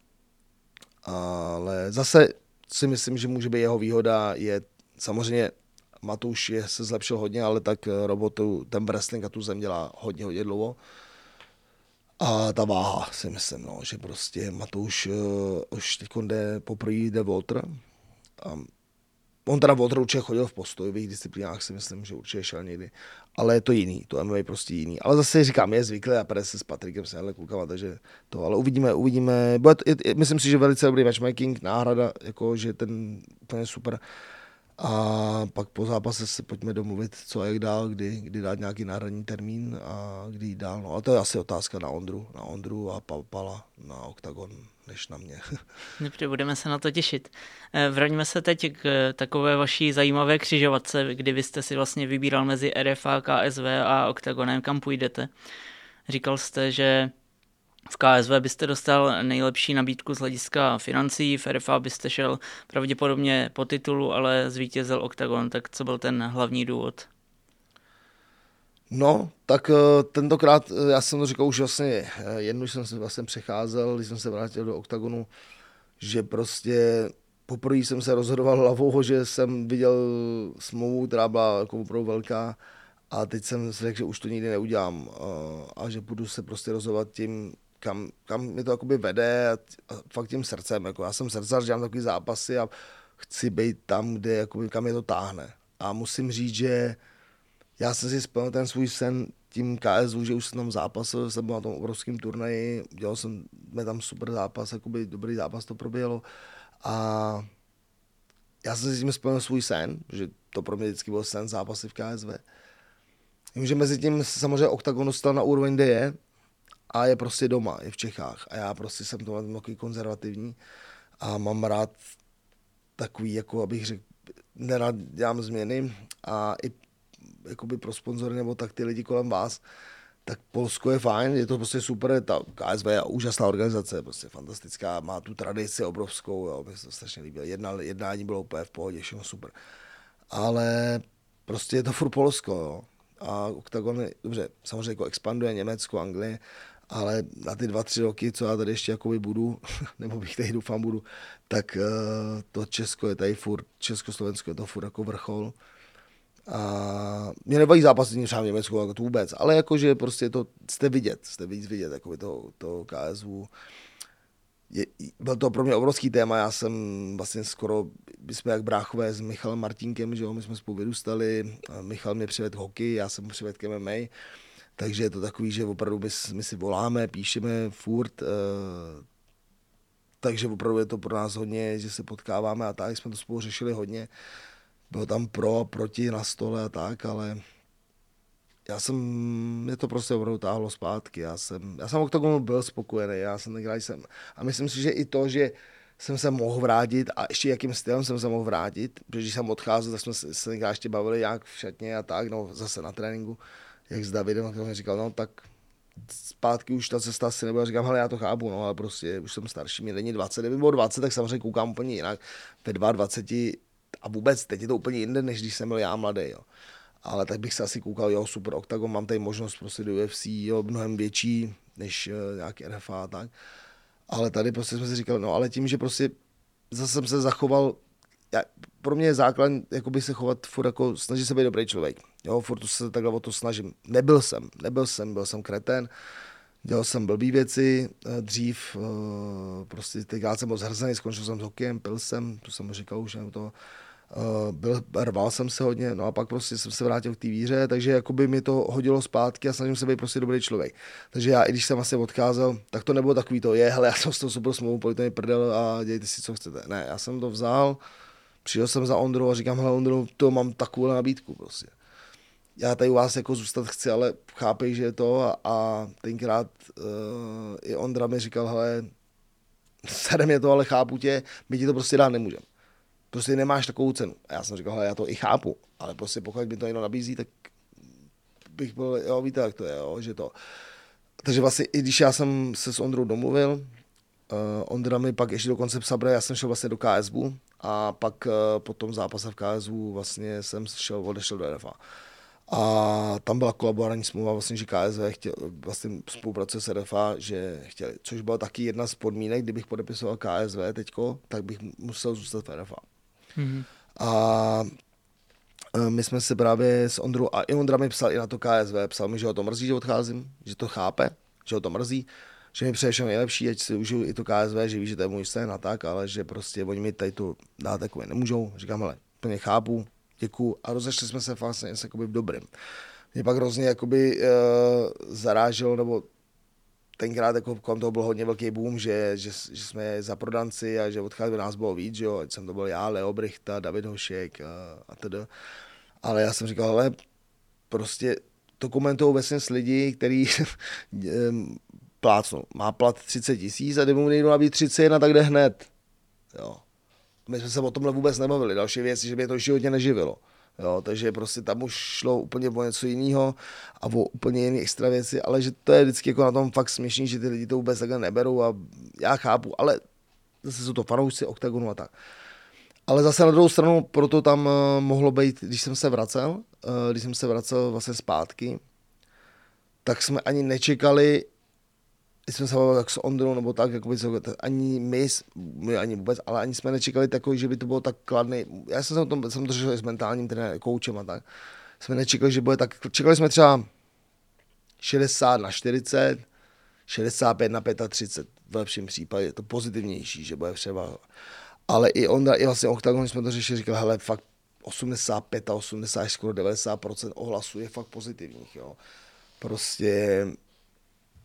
Speaker 2: Ale zase si myslím, že může být jeho výhoda, je samozřejmě Matouš je, se zlepšil hodně, ale tak robotu, ten wrestling a tu zem dělá hodně, hodně dlouho. A ta váha si myslím, no, že prostě Matouš uh, už teď jde poprvé jde Walter. A on teda Walter určitě chodil v postojových disciplínách, si myslím, že určitě šel někdy. Ale je to jiný, to M M A je prostě jiný. Ale zase říkám, je zvyklý a pere se s Patrikem, se klukama, takže to, ale uvidíme, uvidíme. Bude, je, je, myslím si, že velice dobrý matchmaking, náhrada, jako, že ten úplně super. A pak po zápase se pojďme domluvit, co a jak dál, kdy, kdy dát nějaký náhradní termín a kdy jít dál. No, ale to je asi otázka na Ondru, na Ondru a Pala na Oktagon, než na mě.
Speaker 1: Dobře, budeme se na to těšit. Vraťme se teď k takové vaší zajímavé křižovatce, kdy vy jste si vlastně vybíral mezi R F A, K S V a Oktagonem, kam půjdete. Říkal jste, že v K S V byste dostal nejlepší nabídku z hlediska financí, v R F A byste šel pravděpodobně po titulu, ale zvítězil Oktagon, tak co byl ten hlavní důvod?
Speaker 2: No, tak tentokrát, já jsem to říkal už vlastně, jednou jsem se vlastně přecházel, když jsem se vrátil do Oktagonu, že prostě poprvé jsem se rozhodoval hlavou, že jsem viděl smlouvu, která byla jako opravdu velká a teď jsem si řekl, že už to nikdy neudělám a že budu se prostě rozhodovat tím, kam, kam mě to jakoby vede a, a fakt tím srdcem. Jako já jsem srdcař, dělám takový zápasy a chci být tam, kde, jakoby, kam je to táhne. A musím říct, že já jsem si splnil ten svůj sen tím K S V, že už jsem tam zápasil, jsem byl na tom obrovském turnaji, dělal jsem tam super zápas, jakoby dobrý zápas to proběhlo. A já jsem si tím splnil svůj sen, že to pro mě vždycky byl sen zápasy v K S V. Vím, že mezi tím samozřejmě Oktagon dostal na úroveň, kde je, a je prostě doma, je v Čechách. A já prostě jsem to takový konzervativní a mám rád takový, jako abych řekl, nerad dělám změny a i jakoby pro sponzory nebo tak ty lidi kolem vás, tak Polsko je fajn, je to prostě super, ta K S V je úžasná organizace, prostě fantastická, má tu tradici obrovskou, jo, mi se to strašně líbilo, Jedna, jednání bylo úplně v pohodě, všechno super. Ale prostě je to furt Polsko, jo. A Octagon je, dobře, samozřejmě jako expanduje Německo, Anglie, ale na ty dva, tři roky, co já tady ještě jakoby budu, nebo bych tady doufám budu, tak uh, to Česko je tady furt, Československo je to furt jako vrchol. A mě nebaví zápasy třeba v Německu, jako to vůbec, ale jakože prostě to jste vidět, jste víc vidět, jako to, to K S V. Je, byl to pro mě obrovský téma, já jsem vlastně skoro, my jsme jak bráchové s Michalem Martínkem, že jo, my jsme spolu vyrůstali, Michal mě přivedl hokej, já jsem mu přivedl k M M A, takže je to takový, že opravdu my, my si voláme, píšeme furt, uh, takže opravdu je to pro nás hodně, že se potkáváme a tak, jsme to spolu řešili hodně. Bylo tam pro a proti na stole a tak, ale já jsem, mě to prostě opravdu táhlo zpátky. Já jsem, já jsem Octagonu byl spokojený, já jsem tenkrát jsem. A myslím si, že i to, že jsem se mohl vrátit a ještě jakým stylem jsem se mohl vrátit, protože když jsem odcházel, tak jsme se, se tenkrát ještě bavili nějak v šatně a tak, no zase na tréninku, jak s Davidem, tak mi říkal, no tak zpátky už ta cesta asi nebude. Říkám, hele, já to chápu, no, ale prostě už jsem starší, mě není dvacet, kdyby bylo dvacet, tak samozřejmě koukám úplně jinak. Ve dvaceti dva a vůbec teď je to úplně jinde, než když jsem byl já mladý, jo. Ale tak bych se asi koukal, jo, super Octagon, mám tady možnost prostě do U F C, jo, mnohem větší, než uh, nějaký R F A a tak. Ale tady prostě jsme si říkali, no ale tím, že prostě zase jsem se zachoval, já, pro mě je základ, jakoby se chovat furt jako, snažit se být dobrý člověk, jo, furt se takhle o to snažím. Nebyl jsem, nebyl jsem, byl jsem kretén, dělal jsem blbý věci, dřív, prostě tenkrát jsem byl zhrzený, skončil jsem s hokejem, pil jsem, to jsem říkal už, nebo to, byl, rval jsem se hodně, no a pak prostě jsem se vrátil k té víře, takže jakoby mi to hodilo zpátky a snažím se být prostě dobrý člověk. Takže já, i když jsem vlastně odcházel, tak to nebylo takový to, je, hele, já jsem s tou super smlouvou, pojďte mi prdel a dějte si, co chcete. Ne, já jsem to vzal, přišel jsem za Ondrou a říkám, hele Ondro, to mám takovou nabídku prostě. Já tady u vás jako zůstat chci, ale chápej, že je to a, a tenkrát uh, i Ondra mi říkal, hele, sere mě to, ale chápu tě, my ti to prostě dát nemůžeme. Prostě nemáš takovou cenu. A já jsem říkal, hele, já to i chápu, ale prostě pokud mi to někdo nabízí, tak bych byl, jo, víte, jak to je, jo, že to. Takže vlastně i když já jsem se s Ondrou domluvil, uh, Ondra mi pak ještě dokonce psal, já jsem šel vlastně do K S V a pak uh, po tom zápase v K S V vlastně jsem šel, odešel do R F A. A tam byla kolaborální smlouva, vlastně, že K S V chtěl, vlastně spolupracuje s R F A, že chtěli, což byla taky jedna z podmínek, kdybych podepisoval K S V teďko, tak bych musel zůstat v R F A. Mm-hmm. A my jsme se právě s Ondrou, a i Ondra mi psal i na to K S V, psal mi, že ho to mrzí, že odcházím, že to chápe, že ho to mrzí, že mi přeje všechno nejlepší, ať si užiju i to K S V, že ví, že to je můj sen a tak, ale že prostě oni mi tady to dát takové nemůžou. Říkám, hele, plně chápu, děkuju a rozešli jsme se vlastně jakoby v dobrém. Mě pak hrozně jakoby uh, zaráželo, nebo tenkrát jako kolem toho byl hodně velký boom, že, že, že jsme za prodanci a že odcházeli nás bylo víc, že jo, ať jsem to byl já, Leo Brichta, David Hošek a, a tedy. Ale já jsem říkal, hele, prostě to komentují vesměs lidi, který plácnou. Má plat třicet tisíc a kdyby mu někdo nabít třicet jedna, tak jde hned. Jo. My jsme se o tomhle vůbec nebavili. Další věc, že mě to životně neživilo. Jo, takže prostě tam už šlo úplně o něco jiného a o úplně jiné extra věci, ale že to je vždycky jako na tom fakt směšný, že ty lidi to vůbec takhle neberou a já chápu, ale zase jsou to fanoušci Octagonu a tak. Ale zase na druhou stranu proto tam uh, mohlo být, když jsem se vracel, uh, když jsem se vracel vlastně zpátky, tak jsme ani nečekali, když jsme se bavili tak s Ondrou nebo tak, jakoby, ani my, my, ani vůbec, ale ani jsme nečekali takový, že by to bylo tak kladný. Já jsem se o tom, jsem to řešil s mentálním trenérem, koučem a tak. Jsme nečekali, že bude tak, čekali jsme třeba šedesát na čtyřicet, šedesát pět na třicet pět, v lepším případě, je to pozitivnější, že bude třeba. Ale i Ondra, i vlastně Octagon jsme to řešili, říkali, hele, fakt osmdesát pět a osmdesát až skoro devadesát procent ohlasů je fakt pozitivních, jo. Prostě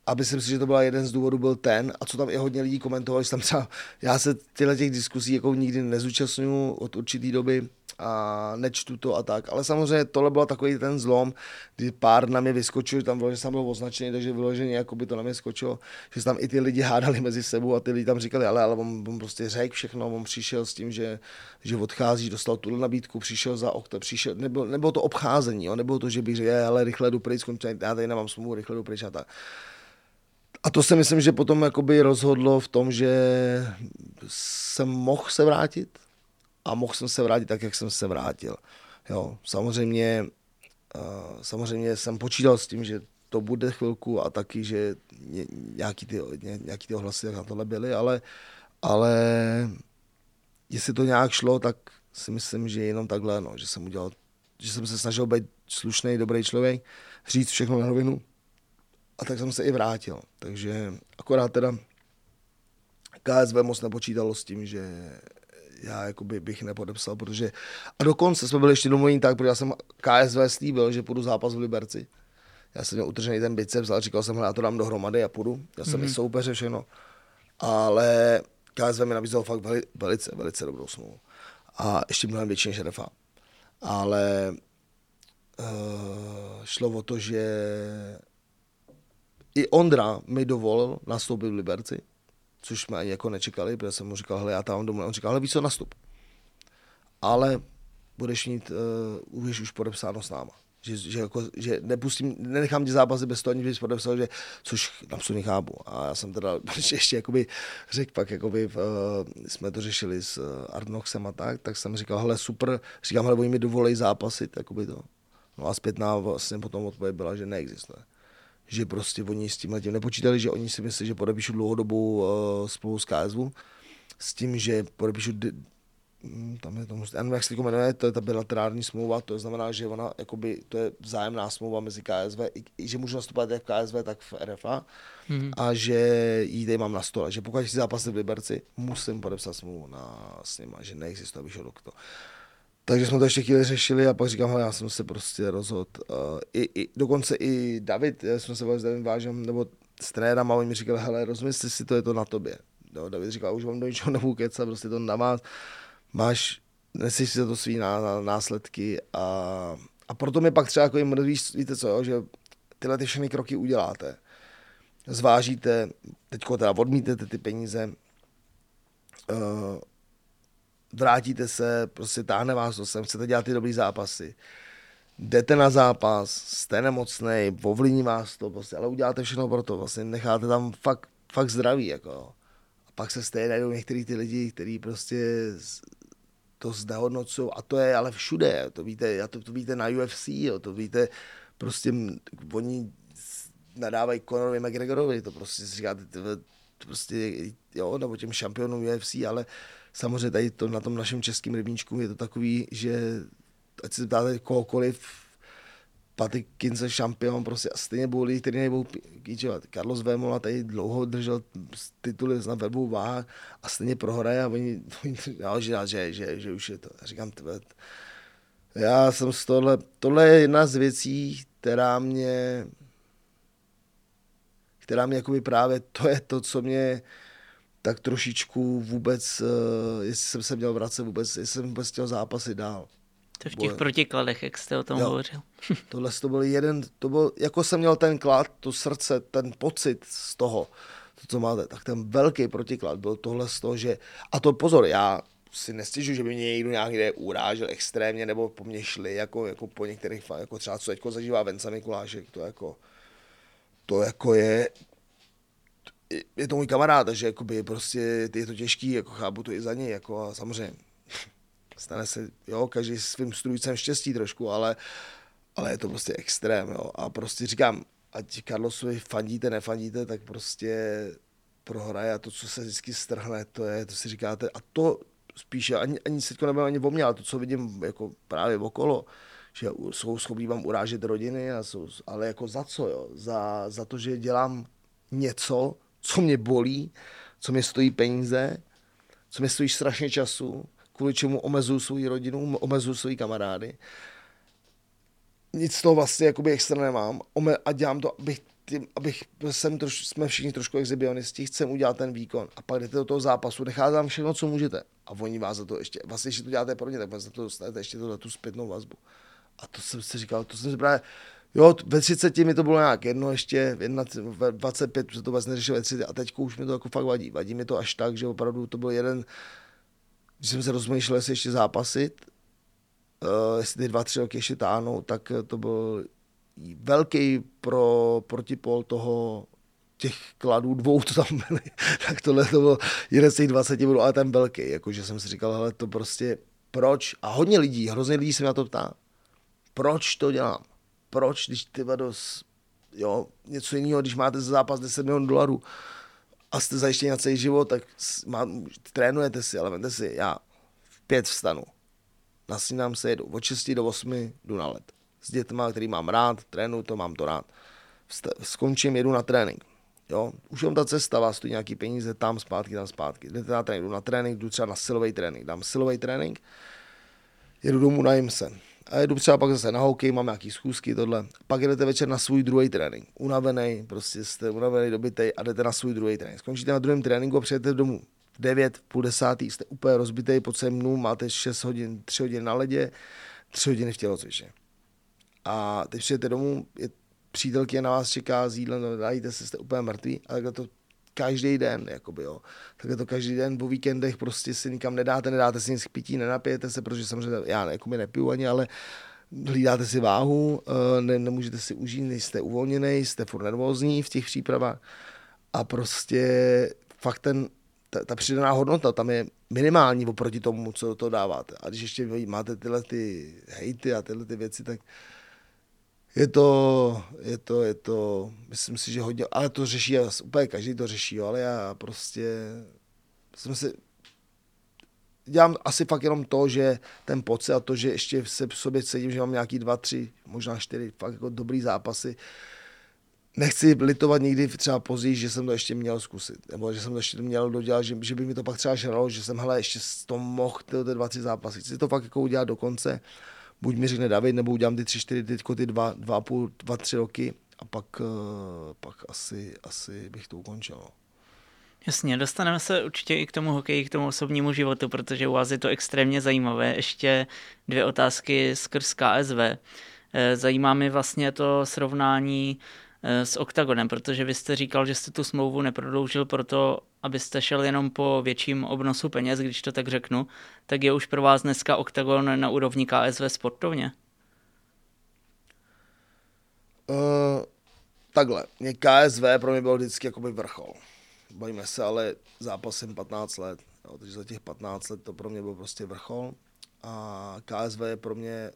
Speaker 2: A myslím si, že to byl jeden z důvodů byl ten, a co tam i hodně lidí komentovali, že tam třeba, já se těchto těch diskusí jako nikdy nezúčastňuju od určitý doby a nečtu to a tak, ale samozřejmě tohle byl takový ten zlom, kdy pár na mě vyskočil, tam bylo, že jsem byl označený, takže vyloženě jako by to na mě skočilo, že tam i ty lidi hádali mezi sebou a ty lidi tam říkali, ale, ale on, on prostě řekl všechno, on přišel s tím, že, že odchází, dostal tuhle nabídku, přišel za okno, přišel, nebylo, nebylo to obcházení, jo, nebylo to, že bych řekl, ale rychle jdu pryč, já tady nemám smlouvu, rychle jdu pryč a tak. A to si myslím, že potom jakoby rozhodlo v tom, že jsem mohl se vrátit a mohl jsem se vrátit tak, jak jsem se vrátil. Jo, samozřejmě, uh, samozřejmě jsem počítal s tím, že to bude chvilku a taky, že ně, nějaký, ty, ně, nějaký ty ohlasy na tohle byly, ale, ale jestli to nějak šlo, tak si myslím, že jenom takhle, no, že jsem udělal, že jsem se snažil být slušný, dobrý člověk, říct všechno na rovinu. A tak jsem se i vrátil. Takže akorát teda K S V moc nepočítalo s tím, že já jakoby bych nepodepsal, protože a dokonce jsme byli ještě domluvení tak, protože já jsem K S V slíbil, že půjdu zápas v Liberci. Já jsem měl utržený ten biceps, ale říkal jsem, že já to dám dohromady a půjdu. Já jsem mm-hmm. i soupeře, všechno. Ale K S V mi nabízelo fakt veli, velice, velice dobrou smlouvu. A ještě mnohem větší než R F A. Ale uh, šlo o to, že i Ondra mi dovolil nastoupit v Liberci, což jsme ani jako nečekali, protože jsem mu říkal, hele, já tam domů, on říkal, hele, víš co, nastup. Ale budeš mít, uh, budeš už podepsáno s náma. Že, že, jako, že nepustím, nenechám ti zápasy bez toho, aniž bys podepsal, že, což absolutně chápu. A já jsem teda ještě jakoby řekl pak, jakoby, uh, jsme to řešili s uh, Arnoxem a tak, tak jsem říkal, hele, super, říkám, hele, oni mi dovolej zápasit, jakoby to. No a zpětná vlastně potom odpověď byla, že neexistuje. Že prostě oni s tímhle tím nepočítali, že oni si myslí, že podepíšu dlouhodobou uh, spolu s K S V, s tím, že podepíšu, di- tam je to, já nevím, jak se to jmenuje, to je ta bilaterální smlouva, to znamená, že ona, jakoby, to je vzájemná smlouva mezi K S V, i, i že můžu nastupovat jak v K S V, tak v R F A, hmm. a že ji tady mám na stole, že pokud chci zápasit v Liberci, musím podepsat smlouvu na, s nima, že neexistuje, abych šel to. Takže jsme to ještě chvíli řešili a pak říkám, hele, já jsem se prostě rozhodl. Uh, i, i, dokonce i David, jsme se bavili s Davidem Vážem, nebo s trenérem, a oni mi říkali, hele, rozmysli si, to je to na tobě. No, David říkal, už vám do ničeho nebudu kecat, prostě to na vás. Máš, neseš si za to svý ná, ná, následky a, a proto mi pak třeba jako jim mrzí, víte co, jo, že tyhle ty všechny kroky uděláte. Zvážíte, teďko teda odmítnete ty peníze, uh, vrátíte se, prostě táhne vás to sem, chcete dělat ty dobrý zápasy. Jdete na zápas, jste nemocnej, ovlivní vás to, prostě, ale uděláte všechno pro to, vlastně necháte tam fakt, fakt zdraví. Jako. A pak se stejně najdou některý ty lidi, kteří prostě to znehodnocují, a to je ale všude, to víte, to, to víte na U F C, jo, to víte, prostě oni nadávají Conorovi McGregorovi, to prostě si říkáte, to prostě, jo, nebo těm šampionům U F C, ale samozřejmě tady to, na tom našem českém rybníčku je to takový, že ať se ptáte kohokoliv, Patrik Kinze šampion, prostě a stejně budou lidi, kteří nebudou kýčovat. Carlos Vémola tady dlouho držel tituly na webovou váhách a stejně prohraje a oni, oni no, že, že, že, že už je to. Já říkám, tebe, já jsem z tohle, tohle je jedna z věcí, která mě, která mě jakoby právě, to je to, co mě tak trošičku vůbec, uh, jestli jsem se měl vracet vůbec, jestli jsem vůbec chtěl zápasit dál.
Speaker 1: To v těch Boje. protikladech, jak jste o tom jo. hovořil.
Speaker 2: Tohle to byl jeden, to byl, jako jsem měl ten klad, to srdce, ten pocit z toho, to, co máte, tak ten velký protiklad byl tohle z toho, že, a to pozor, já si nestěžuji, že by mě někdo nějak urážel extrémně, nebo po mně šli, jako, jako po některých, jako třeba co teďko zažívá Venca Mikulášek, to jako, to jako je, je to můj kamarád, že jakoby prostě je to těžký, jako chápu to i za něj, jako a samozřejmě stane se, jo, každý svým strůjcem štěstí trošku, ale, ale je to prostě extrém, jo, a prostě říkám, ať Carlosovi fandíte, nefandíte, tak prostě prohraje a to, co se vždycky strhne, to je, to si říkáte, a to spíše, ani, ani se to nebude ani o mě, ale to, co vidím jako právě okolo, že jsou schopní vám urážet rodiny, a jsou, ale jako za co, jo, za, za to, že dělám něco, co mě bolí, co mě stojí peníze, co mě stojí strašně času, kvůli čemu omezuju svou rodinu, omezuju svoji kamarády. Nic z toho vlastně jakoby extra nemám a dělám to, abych tím, abych, jsem troš, jsme všichni trošku exhibionisti, chcem udělat ten výkon a pak jdete do toho zápasu, necháte tam všechno, co můžete a oni vás za to ještě, vlastně ještě to děláte pro ně, tak vás za to dostanete ještě to, za tu zpětnou vazbu. A to jsem si říkal, to jsem si právě, jo, ve třiceti mi to bylo nějak jedno ještě, v dvacet pět se to vlastně neřešil ve třiceti a teď už mi to jako fakt vadí. Vadí mi to až tak, že opravdu to byl jeden, když jsem se rozmýšlel, jestli ještě zápasit, uh, jestli ty dva, tři roky ještě táhnou, tak to byl velký pro protipol toho, těch kladů dvou, co tam byly, tak tohle to bylo jeden z těch dvaceti byl, ale ten velký, jakože jsem si říkal, hele, to prostě, proč? A hodně lidí, hrozně lidí se mě na to ptá, proč to dělám? Proč, když ty vados, jo, něco jiného, když máte za zápas deset milionů dolarů a jste zajištěni na celý život, tak má, trénujete si, ale vemte si, já v pět vstanu, na snídám se jedu, od šesti do osmi jdu na led. S dětma, který mám rád, trénuju to, mám to rád. Vsta- skončím, jedu na trénink. Jo? Už jenom ta cesta vás stojí nějaký peníze, tam zpátky, tam zpátky. Jdete na trénink, jdu na trénink, jdu třeba na silový trénink, dám silový trénink, jedu domů, najím se. A jedu třeba pak zase na hokej, mám nějaký schůzky, tohle. Pak jdete večer na svůj druhý trénink. Unavený, prostě jste unavený, dobitej a jdete na svůj druhý trénink. Skončíte na druhém tréninku a přijedete domů. V devět, v půl desátý, jste úplně rozbitej po celém dnu, máte šest hodin, tři hodiny na ledě, tři hodiny v tělocvičně. A teď přijete domů, je, přítelky na vás čeká s jídlem, najíte se, jste úplně mrtví, a takhle to každý den, jakoby, jo. Takhle to každý den, po víkendech prostě si nikam nedáte, nedáte si nic k pití, nenapijete se, protože samozřejmě já jakoby nepiju ani, ale hlídáte si váhu, ne, nemůžete si užít, nejste uvolněný, jste furt nervózní v těch přípravách a prostě fakt ten, ta, ta přidaná hodnota tam je minimální oproti tomu, co to dáváte. A když ještě máte tyhle ty hejty a tyhle ty věci, tak je to, je to, je to, myslím si, že hodně, ale to řeší, úplně každý to řeší, jo, ale já prostě jsem si, dělám asi fakt jenom to, že ten pocit a to, že ještě se v sobě cítím, že mám nějaký dva, tři, možná čtyři fakt jako dobrý zápasy. Nechci litovat nikdy třeba později, že jsem to ještě měl zkusit, nebo že jsem to ještě měl dodělat, že, že by mi to pak třeba žralo, že jsem hele, ještě to mohl ty dva, tři zápasy. Chci to fakt jako udělat do konce. Buď mi řekne David, nebo udělám ty tři, čtyři, teďko ty dva, dva, půl, dva, tři roky a pak, pak asi, asi bych to ukončil. No.
Speaker 1: Jasně, dostaneme se určitě i k tomu hokeji, k tomu osobnímu životu, protože u vás je to extrémně zajímavé. Ještě dvě otázky skrz K S V. Zajímá mě vlastně to srovnání s Octagonem, protože vy jste říkal, že jste tu smlouvu neprodloužil proto, abyste šel jenom po větším obnosu peněz, když to tak řeknu, tak je už pro vás dneska Octagon na úrovni K S V sportovně?
Speaker 2: Uh, takhle, mě K S V pro mě byl vždycky jakoby vrchol. Bavíme se, ale zápasem patnáct let, jo, takže za těch patnáct let to pro mě byl prostě vrchol a K S V je pro mě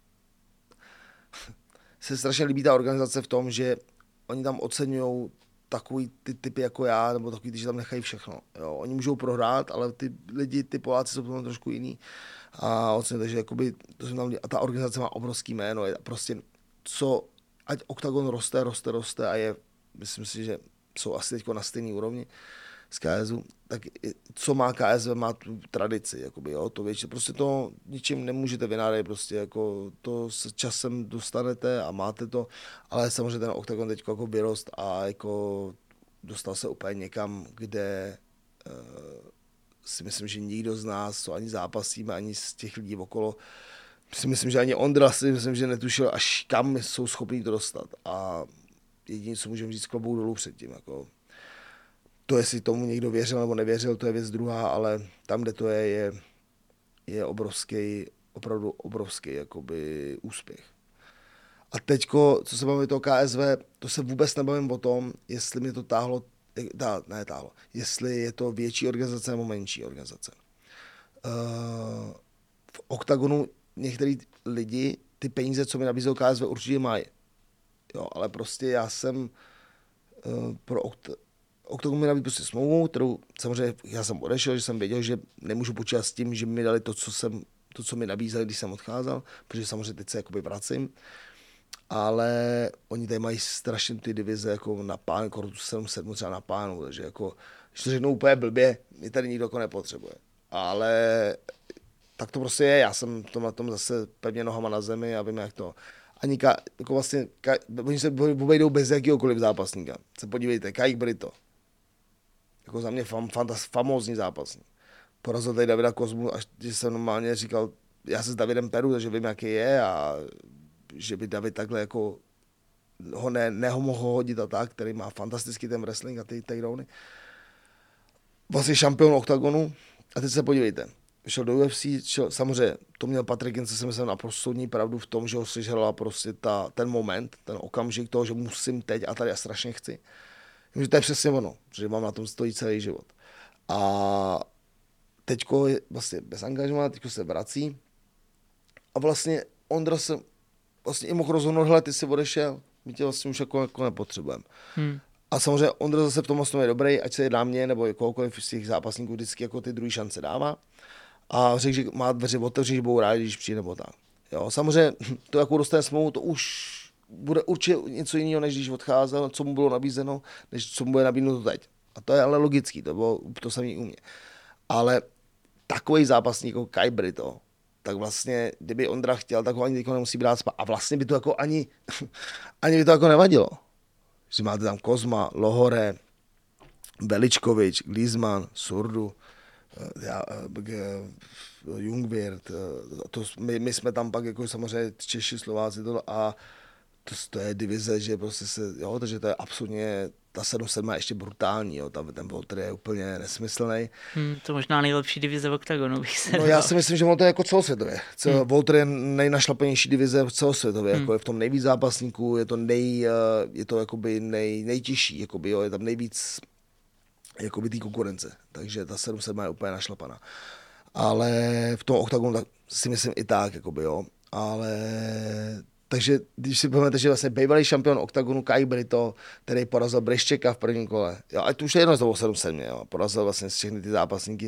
Speaker 2: se strašně líbí ta organizace v tom, že oni tam oceňují takový ty typy jako já, nebo takový ty, že tam nechají všechno. Jo. Oni můžou prohrát, ale ty lidi, ty Poláci jsou tam trošku jiný. A oceňují, takže jakoby, to tam, a ta organizace má obrovský jméno. Je prostě, co, ať Octagon roste, roste, roste a je, myslím si, že jsou asi teď na stejné úrovni z K S V, tak co má K S V, má tu tradici, jakoby, jo, to většinou, prostě to ničím nemůžete vynádat, prostě jako to s časem dostanete a máte to, ale samozřejmě ten Octagon teď jako vyrost a jako dostal se úplně někam, kde uh, si myslím, že nikdo z nás, co ani zápasíme, ani z těch lidí okolo, si myslím, že ani Ondra si myslím, že netušil, až kam jsou schopní to dostat a jediné, co můžeme říct, klobouk dolů předtím, jako to, jestli tomu někdo věřil nebo nevěřil, to je věc druhá, ale tam, kde to je, je, je obrovský, opravdu obrovský jakoby, úspěch. A teďko, co se bavím toho K S V, to se vůbec nebavím o tom, jestli mě to táhlo, tá, ne táhlo, jestli je to větší organizace nebo menší organizace. Uh, v Octagonu některý lidi ty peníze, co mi nabízel K S V, určitě mají. Jo, ale prostě já jsem uh, pro Octagon Octagon mi nabídl prostě smlouvu, kterou samozřejmě já jsem odešel, že jsem věděl, že nemůžu počítat s tím, že mi dali to, co, jsem, to, co mi nabízeli, když jsem odcházel, protože samozřejmě teď se jakoby vracím. Ale oni tady mají strašně ty divize jako na pánu, jako sedm sedm třeba na pánu, takže jako, když to řeknu úplně blbě, mě tady nikdo jako nepotřebuje. Ale tak to prostě je, já jsem to na tom zase pevně nohama na zemi a vím, jak to. ani ka, jako vlastně, ka, oni se obejdou bez jakýhokoliv zápasníka. Se podívejte, Kaik Brito. Jako za mě fam, fantas, famózní zápasník. Porazil tady Davida Kozmu, až když jsem normálně říkal, já se s Davidem peru, takže vím, jaký je a že by David takhle jako ho ne, neho mohl hodit a tak, který má fantastický ten wrestling a ty takedowny. Vlastně šampion oktagonu a teď se podívejte. Šel do U F C, šel, samozřejmě to měl Patrick Gince, si myslím, naprosto soudní pravdu v tom, že ho sežrala prostě ta, ten moment, ten okamžik toho, že musím teď a tady já strašně chci. Že to je přesně ono, že mám na tom stojí celý život. A teďko je vlastně bez angažmá, teďko se vrací a vlastně Ondra se vlastně i mohl rozhodnout, hele, ty jsi odešel, my tě vlastně už jako, jako nepotřebujeme. Hmm. A samozřejmě Ondra zase v tom vlastně je dobrý, ať se je na mě nebo kohokoliv z těch zápasníků vždycky jako ty druhý šance dává. A řekl, že má dveře otevřít, že budou rádi, když přijde nebo tak. Jo, samozřejmě to, jakou dostane smlouvu, to už bude určitě něco jiného, než když odcházel, co mu bylo nabízeno, než co mu bude nabídnuto teď. A to je ale logický, to bylo to samé u mě. Ale takový zápasník jako Kai Brito, tak vlastně, kdyby Ondra chtěl, tak ho ani teď nemusí brát spát. A vlastně by to jako ani, ani by to jako nevadilo. Že máte tam Kozma, Lohore, Veličkovič, Glízman, Surdu, já, Jungwirth, to, my, my jsme tam pak jako samozřejmě Češi, Slováci to, a to, to je divize, že prostě se, jo, takže to je absolutně, ta sedm sedm je ještě brutální, jo, tam ten Volter je úplně nesmyslný.
Speaker 1: Hmm, to možná nejlepší divize v oktagonu bych se
Speaker 2: No
Speaker 1: dal.
Speaker 2: já si myslím, že on to je jako celosvětově. Cel, hmm. Volter je nejnašlapenější divize v celosvětově, hmm. jako je v tom nejvíc zápasníků, je to nej, je to jakoby nej, nejtěžší, jakoby, jo, je tam nejvíc jakoby té konkurence, takže ta sedm sedm je úplně našlapaná. Ale v tom oktagonu tak si myslím i tak, jakoby, jo, ale takže když si pamatujete, že vlastně bývalý šampion oktagonu Kai Brito, který porazil Breščeka v prvním kole, jo, a to už je jedno z toho sedm sedm, jo, porazil vlastně všechny ty zápasníky,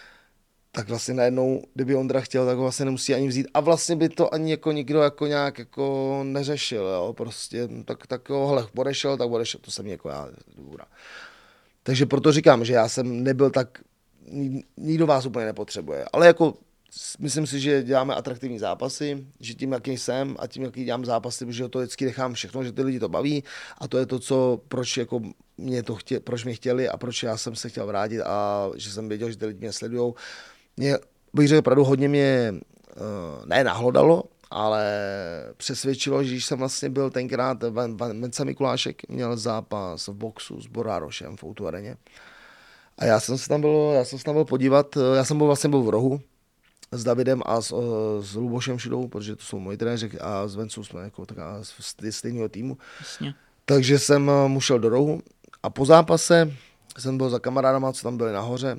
Speaker 2: tak vlastně najednou, kdyby Ondra chtěl, tak ho vlastně nemusí ani vzít a vlastně by to ani jako nikdo jako nějak jako neřešil, jo, prostě, tak, tak jo, hele, odešel, tak odešel, to jsem jako já, dobrá. Takže proto říkám, že já jsem nebyl tak, nikdo vás úplně nepotřebuje, ale jako myslím si, že děláme atraktivní zápasy, že tím, jaký jsem a tím, jaký dělám zápasy, že to vždycky nechám všechno, že ty lidi to baví a to je to, co, proč, jako mě to chtě, proč mě chtěli a proč já jsem se chtěl vrátit a že jsem věděl, že ty lidi mě sledujou. Mě, bych řekl, opravdu hodně mě ne nahlodalo, ale přesvědčilo, že když jsem vlastně byl tenkrát, Venca Mikulášek měl zápas v boxu s Borárošem v Outu areně. A já jsem se tam byl, já jsem se tam byl podívat, já jsem byl vlastně byl v rohu s Davidem a s, s Lubošem Šidou, protože to jsou moji trenéři a s Vencou jsme jako taká z stejného týmu.
Speaker 1: Jasně.
Speaker 2: Takže jsem mu šel do rohu a po zápase jsem byl za kamarádama, co tam byli nahoře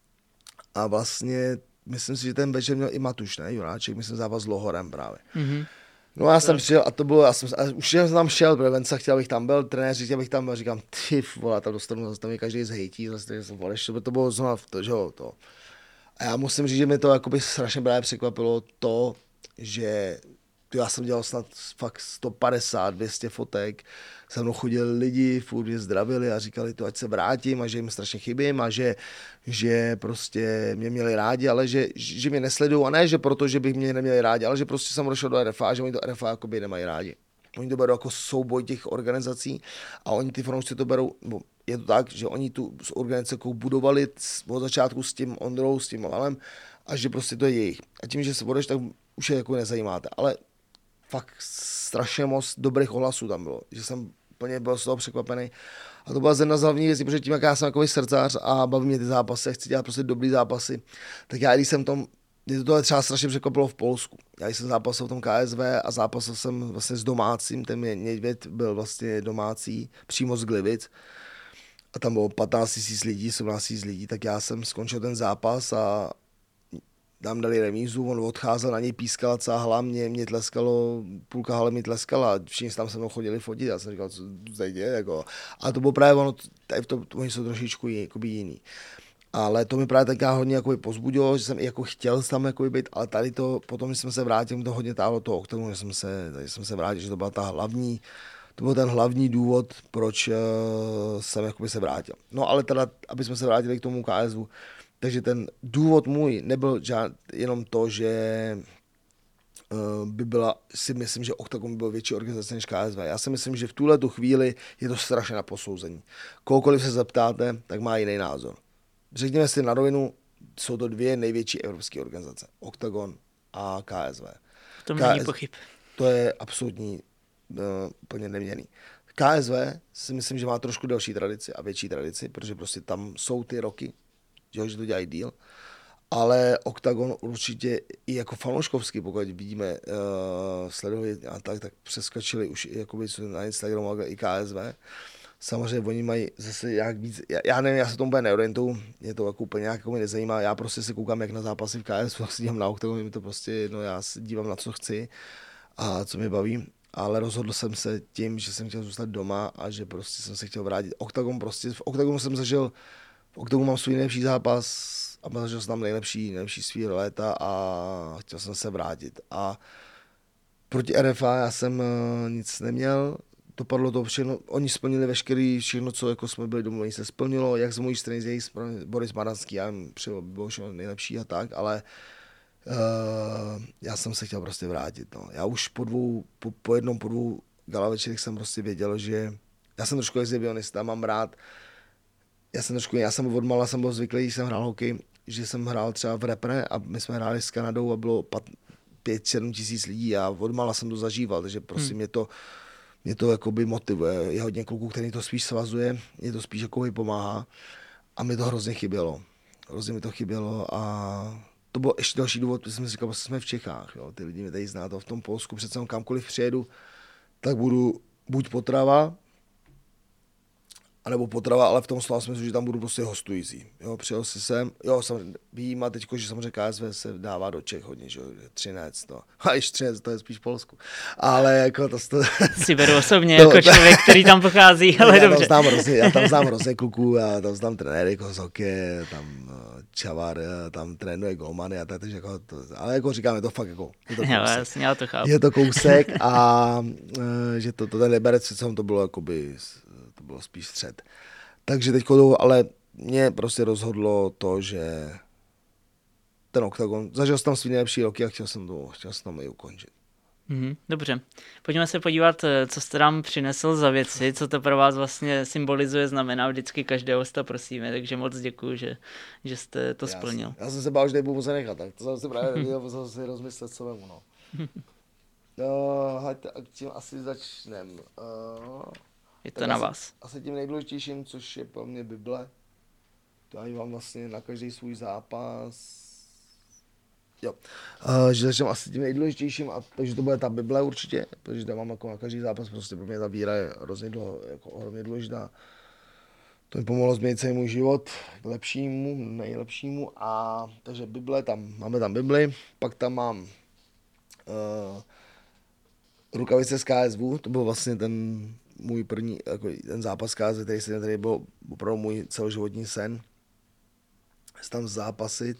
Speaker 2: a vlastně myslím si, že ten večer měl i Matuš, ne, Juráček, myslím zápas s Lohorem právě. Mm-hmm. No já jsem přišel a to bylo, já jsem, a už jsem tam šel, protože Venca chtěl, abych tam byl, trenéři chtěl, abych tam byl, říkám, ty vole, tam dostanu, zase tam je každý zhejtí, zase jsem odešel, to bylo znovu to, že jo, to. A já musím říct, že mi to jakoby strašně právě překvapilo to, že já jsem dělal snad fakt sto padesát, dvě stě fotek, se mnou chodili lidi, furt mě zdravili a říkali to, ať se vrátím a že jim strašně chybím a že, že prostě mě měli rádi, ale že, že mě nesledují a ne, že proto, že bych mě neměli rádi, ale že prostě jsem došel do R F A a že oni to R F A jakoby nemají rádi. Oni to berou jako souboj těch organizací a oni ty fanoušci to berou, bo je to tak, že oni tu organizaci budovali od začátku s tím Ondrou, s tím Valem a že prostě to je jejich. A tím, že se budeš, tak už je jako nezajímáte. Ale fakt strašně moc dobrých ohlasů tam bylo, že jsem úplně byl z toho překvapený. A to byla jedna z hlavních věcí, protože tím, jak já jsem takový srdcař a baví mě ty zápasy, chci dělat prostě dobrý zápasy, tak já, když jsem tom, mě to třeba strašně překvapilo v Polsku. Já jsem zápasil v tom K S V a zápasil jsem vlastně s domácím, ten Nědvěd byl vlastně domácí, přímo z Gliwic. A tam bylo patnáct tisíc lidí, sedmnáct tisíc lidí, tak já jsem skončil ten zápas a tam dali remízu, on odcházel, na něj pískala celá hala, mě, mě tleskalo, půlka hale mi tleskala, všichni tam se mnou chodili fotit, já jsem říkal, co tady děje, jako. A to bylo právě ono, tady v tom, oni jsou trošičku jakoby jiný. Ale to mi právě taká hodně jakoby pozbudilo, že jsem i jako chtěl tam jakoby být, ale tady to, potom, když jsem se vrátil, to hodně táhlo toho oktagonu, že jsem se, tady jsem se vrátil, že to byla ta hlavní, to byl ten hlavní důvod, proč uh, jsem jakoby se vrátil. No ale teda, aby jsme se vrátili k tomu K S V, takže ten důvod můj nebyl žád, jenom to, že by byla, si myslím, že Octagon by byl větší organizace než K S V. Já si myslím, že v tuhle tu chvíli je to strašně na posouzení. Kohokoliv se zeptáte, tak má jiný názor. Řekněme si na rovinu, jsou to dvě největší evropské organizace. Octagon a K S V.
Speaker 1: To není pochyb.
Speaker 2: To je absolutní uh, plně neměný. K S V si myslím, že má trošku delší tradici a větší tradici, protože prostě tam jsou ty roky, že to dělají díl. Ale Octagon určitě i jako fanouškovský, pokud vidíme, uh, sledovali a tak, tak přeskočili už i jakoby na Instagramu i K S V. Samozřejmě oni mají zase jak víc, já, já nevím, já se tomu úplně neorientuju, mě to jako úplně nějak jako mě nezajímá, já prostě se koukám jak na zápasy v K S V, vlastně dívám na Octagon, mi to prostě jedno, já se dívám na co chci a co mě baví. Ale rozhodl jsem se tím, že jsem chtěl zůstat doma a že prostě jsem se chtěl vrátit. Octagon prostě, v Octagonu jsem zažil, v Octagonu mám svůj nejlepší zápas a zažil jsem tam nejlepší, nejlepší svý léta a chtěl jsem se vrátit. A proti R F A já jsem uh, nic neměl, dopadlo to všechno, oni splnili veškerý, všechno, co jako jsme byli domluveni, se splnilo, jak z mojí strany, z jejich Boris Maranský, já jim přeju, bylo všechno nejlepší a tak, ale Uh, já jsem se chtěl prostě vrátit. No. Já už po dvou, po, po jednom, po dvou gala večerech jsem prostě věděl, že já jsem trošku exhibionista, mám rád, já jsem trošku, já jsem odmala, jsem byl zvyklý, když jsem hrál hokej, že jsem hrál třeba v repre a my jsme hráli s Kanadou a bylo pět sedm tisíc lidí a odmala jsem to zažíval, takže prostě hmm. mě to, mě to jakoby motivuje. Je hodně kluků, který to spíš svazuje, mě to spíš jakoby pomáhá a mi to hrozně chybělo. Hrozně mi to chybělo a to byl ještě další důvod, protože jsem si říkal, že jsme v Čechách, jo. Ty lidi mě tady zná to v tom Polsku, přece kamkoliv přijedu, tak budu buď potrava, anebo potrava, ale v tom slova smyslu, že tam budu prostě hostující. Jo, přijel si sem, jo, samozřejmě výjima teďko, že samozřejmě K S V se dává do Čech hodně, že jo, Třinec, no. A již Třinec, to je spíš Polsku. Ale jako to... to
Speaker 1: si beru osobně, jako člověk, který tam pochází, ale
Speaker 2: já
Speaker 1: dobře.
Speaker 2: Tam znám hrozně, já tam znám hrozně kluků, já tam znám trenéry jako z hokeje, tam Čavar, tam trénuje golmany a tak, takže jako to, ale jako říkám, je to fakt jako, je to kousek.
Speaker 1: Jo, jasně, já to chápu.
Speaker 2: Je to kousek a že to, to ten Liberec, to bylo jakoby, to bylo spíš střed. Takže teďko, ale mě prostě rozhodlo to, že ten Octagon, zažil jsem tam svý nejlepší roky a chtěl jsem to, chtěl jsem tam i ukončit.
Speaker 1: Mm, dobře, pojďme se podívat, co jste nám přinesl za věci, co to pro vás vlastně symbolizuje, znamená vždycky každého hosta prosíme, takže moc děkuju, že, že jste to já splnil.
Speaker 2: Jsem, já jsem se bál, že nebudu muset nechat, tak to jsem si právě nevěděl, musel si rozmyslet, co vemu, no. No, hajte, tím asi začneme. Uh,
Speaker 1: Je to na
Speaker 2: asi,
Speaker 1: vás.
Speaker 2: Asi tím nejdůležitějším, což je pro mě Bible. To já mám vlastně na každý svůj zápas. Jo, uh, že začneme asi tím nejdůležitějším, a takže to bude ta Bible určitě, protože tam mám jako na každý zápas, prostě pro mě ta víra je hrozně dlouho, jako ohromně důležitá. To mi pomohlo změnit celý můj život k lepšímu, nejlepšímu, a takže Bible, tam, máme tam Bibli, pak tam mám uh, rukavice z K S V, to byl vlastně ten můj první, jako ten zápas K S V, který, se, který byl opravdu můj celoživotní sen, se tam zápasit.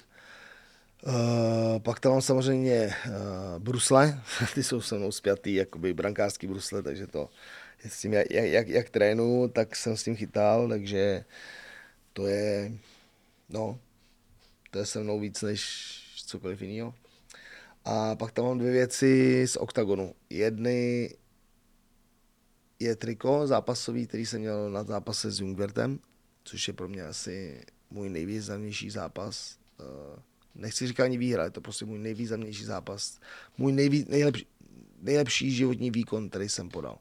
Speaker 2: Uh, pak tam mám samozřejmě uh, brusle, ty jsou se mnou spjatý, jakoby brankářský brusle, takže to s tím, jak, jak, jak trénuju, tak jsem s tím chytal, takže to je, no, to je se mnou víc než cokoliv jiného. A pak tam mám dvě věci z Octagonu. Jedny je triko zápasový, který jsem měl na zápase s Jungwertem, což je pro mě asi můj nejvýznamnější zápas. Uh, Nechci říkat ani výhra, je to prostě můj nejvýznamnější zápas, můj nejví, nejlepší, nejlepší životní výkon, který jsem podal.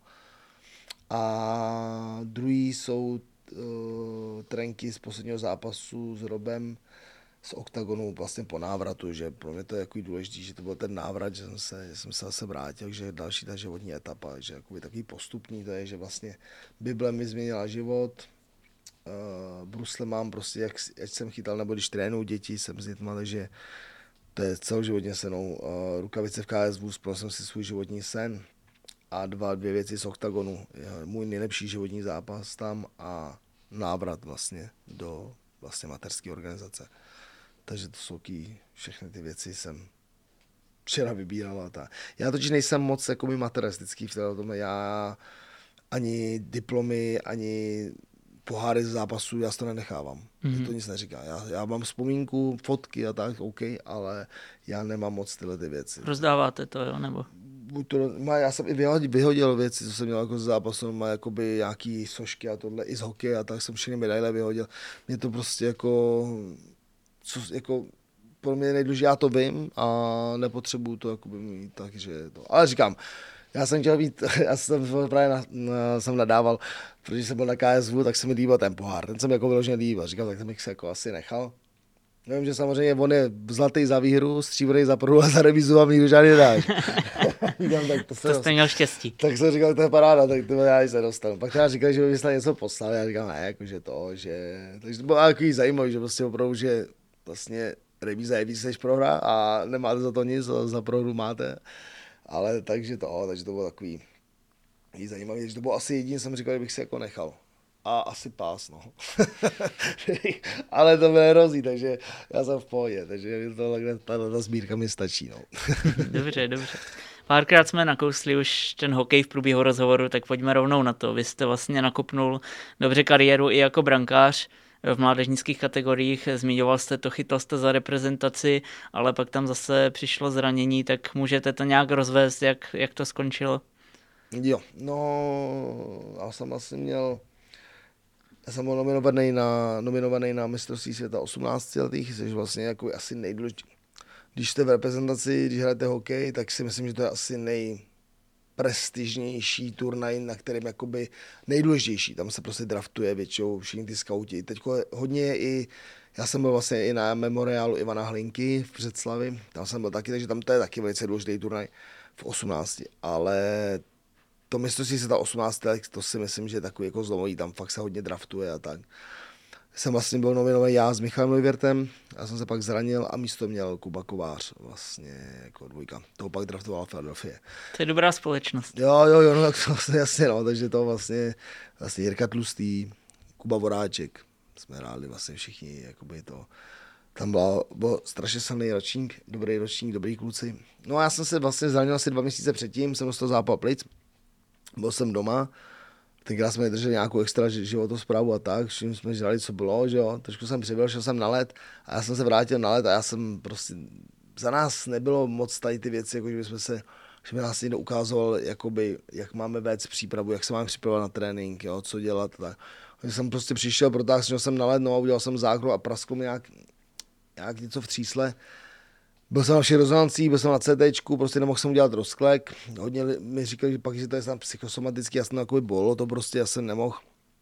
Speaker 2: A druhý jsou uh, trenky z posledního zápasu s Robem z Octagonu vlastně po návratu, že pro mě to je jako důležitý, že to byl ten návrat, že jsem se, že jsem se zase vrátil, že další ta životní etapa, že jakoby takový postupný to je, že vlastně Bible mi změnila život. Uh, brusle mám prostě, jak, jak jsem chytal, nebo když trénuju děti, jsem s dětma, takže to je celoživotně se mnou. Uh, rukavice v K S V, splnil jsem si svůj životní sen a dva, dvě věci z Octagonu. Je můj nejlepší životní zápas tam a návrat vlastně do vlastně mateřské organizace. Takže to jsou ký, všechny ty věci jsem včera vybíral. A ta. Já totiž nejsem moc jakoby materialistický v tom, já ani diplomy, ani poháry z zápasů, já si to nenechávám. Mm-hmm. To nic neříká. Já, já mám vzpomínku, fotky a tak, OK, ale já nemám moc tyhle ty věci.
Speaker 1: Rozdáváte to, jo, nebo?
Speaker 2: Buď to, má, já jsem i vyhodil, vyhodil věci, co jsem měl jako z zápasu, má jakoby nějaký sošky a tohle, i z hokeje a tak jsem všechny medaile vyhodil. Mě to prostě jako, co, jako pro mě nejdůležitější, já to vím a nepotřebuju to jakoby mít, takže to, ale říkám, já jsem chtěl být, já jsem právě na, na, jsem nadával, protože jsem byl na K S V, tak se mi líbil ten pohár, ten jsem jako vyloženě líbil, říkám, tak ten bych se jako asi nechal. Vím, že samozřejmě on je zlatý za výhru, stříbrný za prohru a za remizu a nikdo žádný dáš. Říkám, tak to,
Speaker 1: to jste měl štěstí.
Speaker 2: Tak jsem říkal, to je paráda, tak to já se dostanu. Pak já říkal, že by mi snad něco poslal, já říkal, ne, jakože to, že... Takže to bylo takový zajímavý, že prostě opravdu, že vlastně remíza je víc než prohra a nemáte za to nic, za prohru máte. Ale takže to, takže to bylo takový zajímavý, takže to bylo asi jediný, jsem říkal, že bych si jako nechal. A asi pás, no. Ale to mě hrozí, takže já jsem v pohodě, takže to, ta, ta sbírka mi stačí, no.
Speaker 1: Dobře, dobře. Párkrát jsme nakousli už ten hokej v průběhu rozhovoru, tak pojďme rovnou na to. Vy jste vlastně nakopnul dobře kariéru i jako brankář v mládežnických kategoriích. Zmiňoval jste to, chytal jste za reprezentaci, ale pak tam zase přišlo zranění, tak můžete to nějak rozvést, jak, jak to skončilo?
Speaker 2: Jo, no, já jsem asi měl... Já jsem byl nominovaný na, nominovaný na mistrovství světa osmnáctiletých, což vlastně jako asi nejdůležitější. Když jste v reprezentaci, když hrajete hokej, tak si myslím, že to je asi nejprestižnější turnaj, na kterém jakoby nejdůležitější. Tam se prostě draftuje většinou všichni ty skauti. Teď hodně i, já jsem byl vlastně i na memoriálu Ivana Hlinky v Břeclavi, tam jsem byl taky, takže tam to je taky velice důležitý turnaj v osmnácti, ale to mistrovství světa osmnáct let, to si myslím, že je takový jako zlomový, tam fakt se hodně draftuje a tak. Jsem vlastně byl nominovaný já s Michalem Neuwirtem, já jsem se pak zranil a místo měl Kuba Kovář, vlastně jako dvojka. Toho pak draftoval Philadelphia.
Speaker 1: To je dobrá společnost.
Speaker 2: Jo, jo, jo, no tak to vlastně jasně, no, takže to vlastně, vlastně Jirka Tlustý, Kuba Voráček, jsme hráli vlastně všichni, jakoby to. Tam byl, byl strašně silný ročník, dobrý ročník, dobrý kluci. No a já jsem se vlastně zranil asi dva měsíce předtím, jsem dostal zápal plic. Byl jsem doma, tenkrát jsme drželi nějakou extra životosprávu a tak, všim jsme žrali, co bylo, že jo. Trošku jsem přibyl, šel jsem na let a já jsem se vrátil na let a já jsem prostě, za nás nebylo moc tady ty věci, jako že bychom se, že by nás někdo ukázoval, jakoby, jak máme vést přípravu, jak se máme připravovat na trénink, jo, co dělat. Tak. Takže jsem prostě přišel, protáhl jsem na let, no a udělal jsem zákrok a praskl mi nějak, nějak něco v třísle. Byl jsem na všech rezonancích, byl jsem na CTčku, prostě nemohl jsem udělat rozklek. Hodně mi říkali, že pak, že to je snad psychosomatický, já jsem takový bolo, to prostě já jsem nemohl.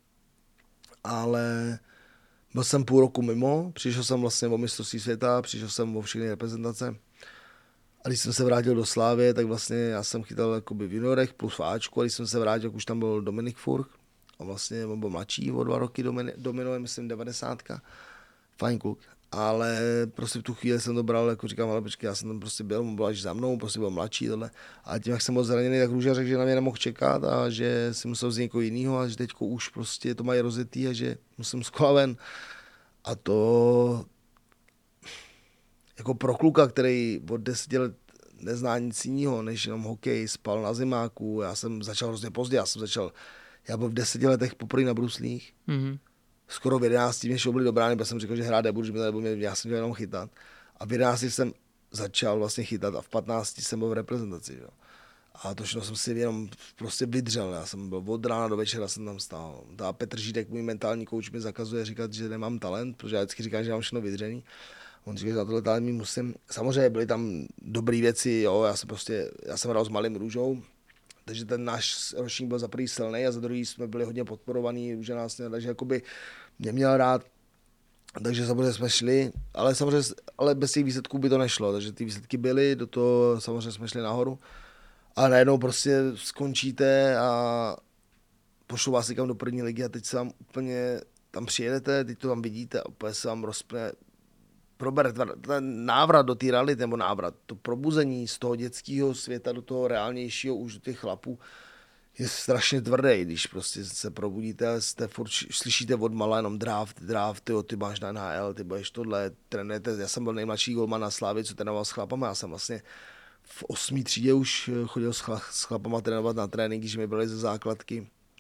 Speaker 2: Ale byl jsem půl roku mimo, přišel jsem vlastně o mistrovství světa, přišel jsem o všechny reprezentace. A když jsem se vrátil do Slávie, tak vlastně já jsem chytal jakoby v juniorech plus v Ačku, a když jsem se vrátil, už tam byl Dominik Furch. A vlastně on byl mladší o dva roky, dominuje, myslím, devadesátka. Fajn kluk. Ale prostě v tu chvíli jsem to bral, jako říkám, ale počkej, já jsem tam prostě byl, on byl až za mnou, prostě byl mladší tohle. A tím, jak jsem byl zraněný, tak Růža řekl, že na mě nemohl čekat a že si musel z někoho jiného a že teďko už prostě to mají rozjetý a že musím z kola ven. A to jako pro kluka, který od deseti let nezná nic jiného, než jenom hokej, spal na zimáku, já jsem začal hrozně pozdě, já jsem začal, já byl v deseti letech poprvé na bruslích. Mm-hmm. Skoro v jedenácti mě šlo byli do brány, protože jsem říkal, že hrát nebudu, že nebudu mě, já jsem měl jenom chytat. A v jedenácti jsem začal vlastně chytat a v patnácti jsem byl v reprezentaci. Jo. A to všechno jsem si jenom prostě vydřel. Já jsem byl od rána do večera, jsem tam stál. A Petr Žídek, můj mentální kouč, mi zakazuje říkat, že nemám talent, protože já vždycky říkám, že mám všechno vydřený. On říká, že na tohle talent mi musím. Samozřejmě byly tam dobré věci, jo, já jsem prostě, já jsem hrál s malým Růžou. Takže ten náš ročník byl za prvý silný a za druhý jsme byli hodně podporovaní, Růža nás ne, takže jakoby mě měl rád, takže samozřejmě jsme šli, ale samozřejmě, ale bez těch výsledků by to nešlo, takže ty výsledky byly, do toho samozřejmě jsme šli nahoru a najednou prostě skončíte a pošlou vás někam do první ligy a teď se vám úplně, tam přijedete, teď to tam vidíte a úplně se vám rozpne, probere ten návrat do té reality, nebo návrat, to probuzení z toho dětského světa do toho reálnějšího už do těch chlapů je strašně tvrdý, když prostě se probudíte, jste furt, slyšíte od mala jenom draft, draft, tyjo, ty máš na N H L, ty budeš tohle, trénujete, já jsem byl nejmladší golman na Slávě, co trénoval s chlapama, já jsem vlastně v osmý třídě už chodil s chlapama trénovat na tréninky, když mi byli ze základky,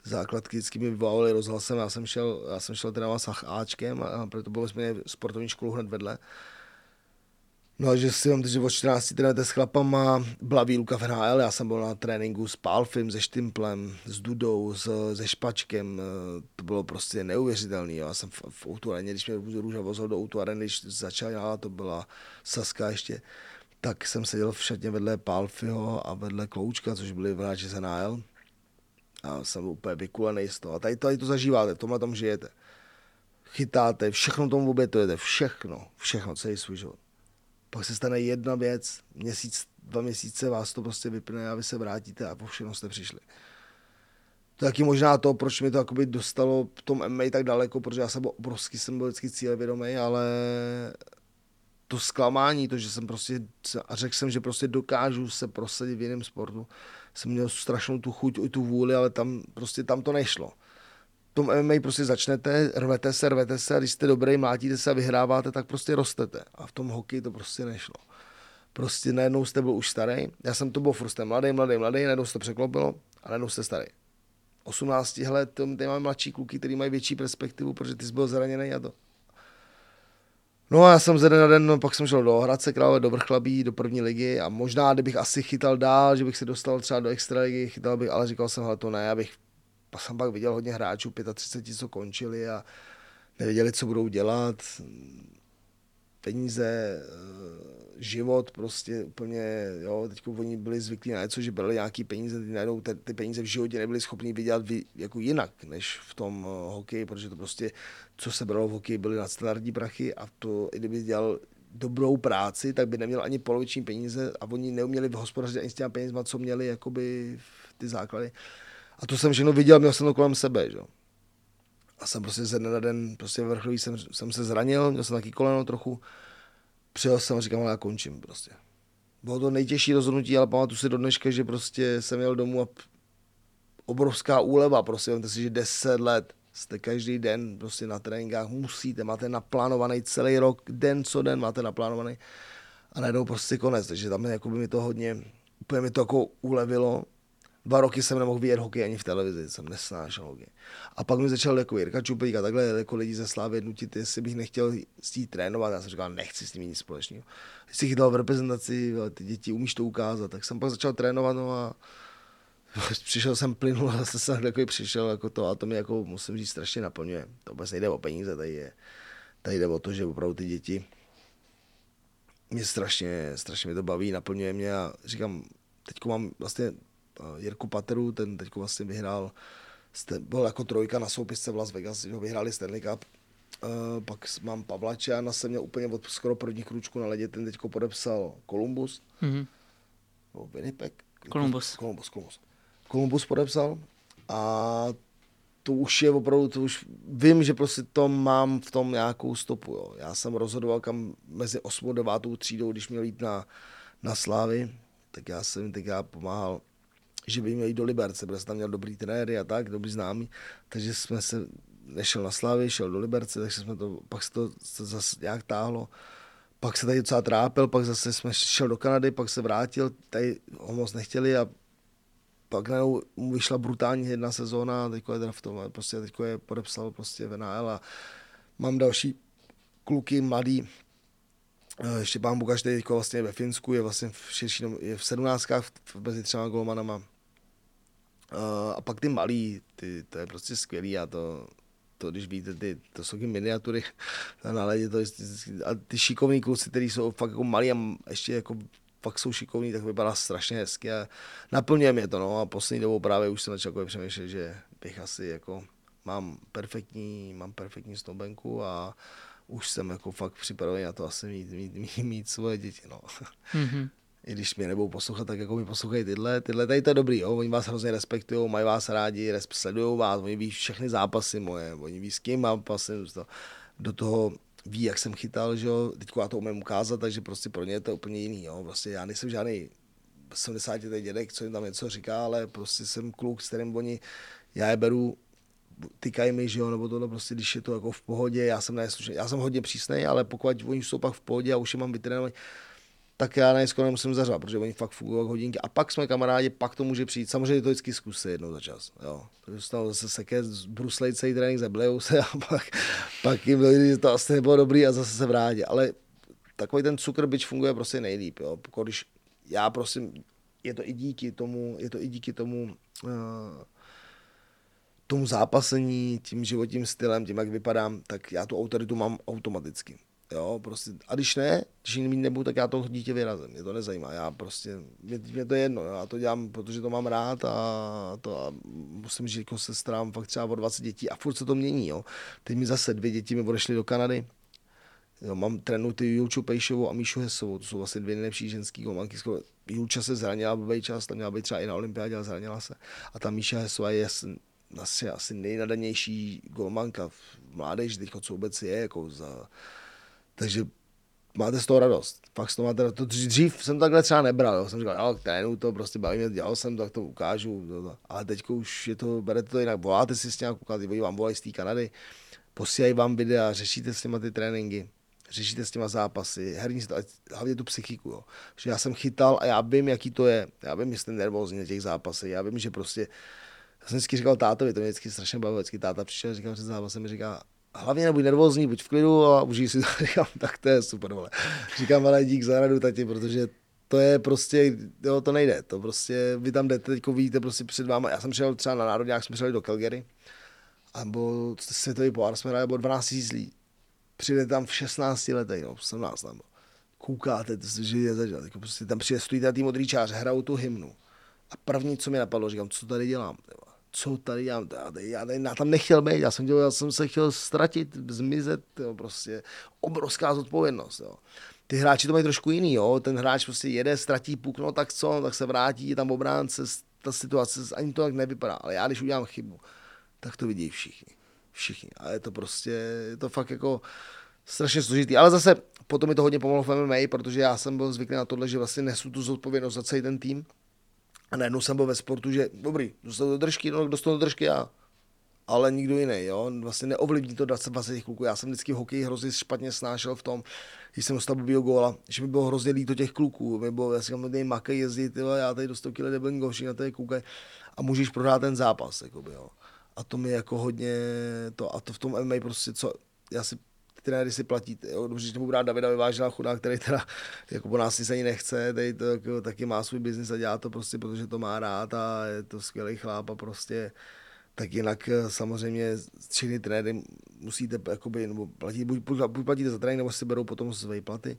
Speaker 2: základky vždycky mi vyvolávali rozhlasem, já jsem šel, já jsem šel trénovat s Ačkem a proto bylo jsme sportovní školu hned vedle. No a že si vám že od čtrnácti trénujete s chlapama, byla výluka v N H L, já jsem byl na tréninku s Pálfim, se Štimplem, s Dudou, s, se Špačkem, to bylo prostě neuvěřitelný, jo. Já jsem v, v Outu Areně, když mě Růža vozil do Outu Areny, když začal dělat, to byla Saska ještě, tak jsem seděl v šatně vedle Pálfiho a vedle Kloučka, což byli hráči z N H L. A jsem byl úplně vykulený z toho. A tady, tady to zažíváte, v tomhle tom žijete. Chytáte, všechno tomu obětujete, všechno, všechno, celý svůj život. Pak se stane jedna věc, měsíc, dva měsíce vás to prostě vypne a vy se vrátíte a po všechno jste přišli. To je taky možná to, proč mi to jakoby dostalo v tom M M A tak daleko, protože já jsem byl obrovský, jsem byl vždycky cílevědomý, ale to zklamání, to, že jsem prostě, a řekl jsem, že prostě dokážu se prosadit v jiném sportu, jsem měl strašnou tu chuť, tu vůli, ale tam prostě tam to nešlo. V tom M M A prostě začnete, rvete se, rvete se a když jste dobrý, mlátíte se a vyhráváte, tak prostě rostete. A v tom hokeji to prostě nešlo. Prostě najednou jste byl už starý. Já jsem to byl furt, jste mladý, mladý, mladý, najednou se to překlopilo a najednou jste starý. osmnáct let, tady máme mladší kluky, kteří mají větší perspektivu, protože ty jsi byl zraněný a to. No a já jsem ze den na den, no, pak jsem šel do Hradce Králové, do Vrchlabí, do první ligy a možná, kdybych asi chytal dál, že bych se dostal třeba do extraligy, chytal bych, ale říkal jsem, hele, to ne, abych pak jsem pak viděl hodně hráčů, třicet pět, co končili a nevěděli, co budou dělat. Peníze, život prostě úplně, jo, teď oni byli zvyklí na něco, že brali nějaký peníze, teď najednou ty, ty peníze v životě nebyli schopni vydělat jako jinak, než v tom hokeji, protože to prostě, co se bralo v hokeji, byly nadstandardní prachy a to, i kdyby dělal dobrou práci, tak by neměl ani poloviční peníze a oni neuměli hospodařit ani s těmi penězma, co měli jakoby ty základy. A to jsem všechno viděl, měl jsem to kolem sebe, že? A jsem prostě ze dne na den, prostě ve Vrchlabí jsem, jsem se zranil, měl jsem taky koleno trochu, přijel jsem a říkám, ale já končím prostě. Bylo to nejtěžší rozhodnutí, ale pamatuju si do dneška, že prostě jsem jel domů a obrovská úleva, prostě vemte si, že deset let jste každý den prostě na tréninkách, musíte, máte naplánovaný celý rok, den co den máte naplánovaný a najednou prostě konec, takže tam jako by mi to hodně, úplně mi to jako ulevilo. Dva roky jsem nemohl vidět hokej ani v televizi, jsem nesnášel hokej. A pak mi začal jako Jirka Čuprík a takhle jako lidi ze Slávy nutit, jestli bych nechtěl s ní trénovat. Já jsem říkal, nechci s tím nic společného. Když jsi chytal v reprezentaci, ty děti umíš to ukázat, tak jsem pak začal trénovat, no a přišel jsem plynul a zase jsem takový přišel jako to a to mi jako musím říct strašně naplňuje. To vůbec nejde o peníze, tady, je, tady jde o to, že opravdu ty děti mě strašně, strašně mě to baví, naplňuje mě a říkám, teďko mám vlastně Jirku Pateru, ten teď vlastně vyhrál, byl jako trojka na soupisce v Las Vegas, že ho vyhráli Stanley Cup. Uh, pak mám Pavla Čiána, jsem měl úplně od skoro prvních kručků na ledě, ten teďko podepsal Columbus. Mm-hmm. No, Winnipeg?
Speaker 1: Columbus.
Speaker 2: Columbus, Columbus. Columbus podepsal a to už je opravdu, to už vím, že prostě to mám v tom nějakou stopu. Jo. Já jsem rozhodoval kam mezi osmou a devátou třídou, když měl jít na, na Slávy, tak já jsem tak já pomáhal, že by měl jít do Liberce, protože jsem tam měl dobrý trenéry a tak, dobrý známý, takže jsme se nešel na Slávy, šel do Liberce, takže jsme to, pak se to se zase nějak táhlo, pak se tady docela trápil, pak zase jsme šel do Kanady, pak se vrátil, tady ho moc nechtěli a pak najednou mu vyšla brutální jedna sezóna, teďko je draftoval, prostě teďko je podepsal prostě v N H L a mám další kluky mladý, ještě pán Bukaš, který teďko vlastně ve Finsku, je vlastně v širším, je v sedmnáctkách mezi třema golmanama. A pak ty malí, ty, to je prostě skvělý a to, to když víte, ty, to jsou ty miniatury na ledě, to je, a ty šikovní kluci, kteří jsou fakt jako malí a ještě jako fakt jsou šikovní, tak vypadá strašně hezky a naplňuje mě to, no a poslední dobou právě už jsem začal jako přemýšlet, že bych asi jako mám perfektní, mám perfektní snoubenku a už jsem jako fakt připravený na to asi mít, mít, mít, mít svoje děti, no. Mm-hmm. I když mě nebudou poslouchat, tak jako mi poslouchají tyhle, tyhle, tady to je dobrý, jo? Oni vás hrozně respektují, mají vás rádi, sledují vás, oni ví všechny zápasy moje, oni ví s kým mám pasy, do toho ví, jak jsem chytal, že jo, teďko já to umím ukázat, takže prostě pro ně je to úplně jiný, jo, prostě já nejsem žádný sedmdesátletý dědek, co jim tam něco říká, ale prostě jsem kluk, s kterým oni, já je beru, tykají mi, že jo, nebo tohle prostě, když je to jako v pohodě, já jsem, neslušen, já jsem hodně přísnej, ale pokud oni jsou pak v pohodě a už je mám vytrénovat, tak já na skoro nemusím zařvat, protože oni fakt fungují hodinky. A pak jsme kamarádi, pak to může přijít. Samozřejmě to vždycky zkusí jednou za čas. Jo. Takže se tam zase seke, bruslej celý trénink, zablejou se a pak, pak jim dojde, že to asi nebylo dobrý a zase se vrátí. Ale takový ten cukr bič funguje prostě nejlíp. Jo. Když já prosím, je to i díky tomu, je to i díky tomu, uh, tomu zápasení, tím životním stylem, tím, jak vypadám, tak já tu autoritu mám automaticky. Jo, prostě, a když ne, když ji mít nebudu, tak já to dítě vyrazím, mě to nezajímá, já prostě, mě, mě to je jedno, já to dělám, protože to mám rád a, to, a musím žít jako sestrám fakt třeba o dvacet dětí a furt se to mění, jo. Teď mi zase dvě děti mi odešly do Kanady, jo, mám trénu ty Julču Pejšovou a Míšu Hesovou, to jsou vlastně dvě nejlepší ženský golmanky. Julča se zranila blbej čas, tam měla být třeba i na olympiádě, ale zranila se. A ta Míša Hesová je asi, asi nejnadanější golmanka v mládeži, teď co vůbec je, jako za... Takže máte z toho radost. Fakt z toho máte radost. Dřív jsem takhle třeba nebral, jo. Jsem říkal, jo, trénu to, prostě baví mě, dělal jsem to, tak to ukážu. To, to. Ale teď už je to, berete to jinak, voláte si s nějak, koukáte, oni vám volají z té Kanady, posílají vám videa, řešíte s těma ty tréninky, řešíte s těma zápasy, herní, hlavně tu psychiku, jo. Že já jsem chytal a já vím, jaký to je. Já vím, že jste nervózní na těch zápasech, já vím, že prostě, já jsem vždycky říkal tátovi, to mě vždycky strašně bavilo, vždycky táta přišel, říkal před zápasem, mi říká, hlavně nebuď nervózní, buď v klidu a užij si to. Říkám, tak to je super, vole. Říkám, ale dík za radu, tati, protože to je prostě, jo, to nejde. To prostě, vy tam jdete, teďko vidíte prostě před váma. Já jsem přišel třeba na národňák, jsme přišli do Calgary, a byl světový pohár, jsme hráli, bylo dvanáct tisíc lidí. Přijde tam v šestnácti letech, no, sedmnáct tam. Koukáte, to že je začal. Jako prostě tam přijde, stojí tý modrý čář, hrajou tu hymnu. A první, co mi napadlo, říkám, co tady dělám, tyba. Co tady dělám, já, tady, já, tady, já tam nechtěl být, já jsem, dělal, já jsem se chtěl ztratit, zmizet, jo, prostě obrovská zodpovědnost. Jo. Ty hráči to mají trošku jiný, jo. Ten hráč prostě jede, ztratí puk, no tak co, tak se vrátí, je tam obránce, ta situace, ani to tak nevypadá, ale já když udělám chybu, tak to vidí všichni, všichni a je to prostě, je to fakt jako strašně složitý, ale zase potom mi to hodně pomohlo v M M A, protože já jsem byl zvyklý na tohle, že vlastně nesu tu zodpovědnost za celý ten tým. A najednou jsem byl ve sportu, že dobrý, dostal do držky, no dostal do držky já, ale nikdo jiný, jo, vlastně neovlivní to dvacet dvacet kluků. Já jsem vždycky hokej hrozně špatně snášel v tom, když jsem dostal blbýho góla, že mi bylo hrozně líto těch kluků, mi bylo, já si říkám, tady makej jezdit, tyhle, já tady dostal kilo deblingov, všichni na tady koukají a můžeš prohrát ten zápas, jakoby, jo. A to mi jako hodně, to, a to v tom M M A prostě, co, já si trenéry si platí, jo, dobře, že nebudu brát Davida Vyvážela chudák, který teda jako po nás nic ani nechce, tady to jako, taky má svůj biznis a dělá to prostě, protože to má rád a je to skvělý chlap a prostě tak jinak samozřejmě všechny trenéry musíte jakoby, nebo platit, buď, buď platíte za trénink, nebo si berou potom své platy,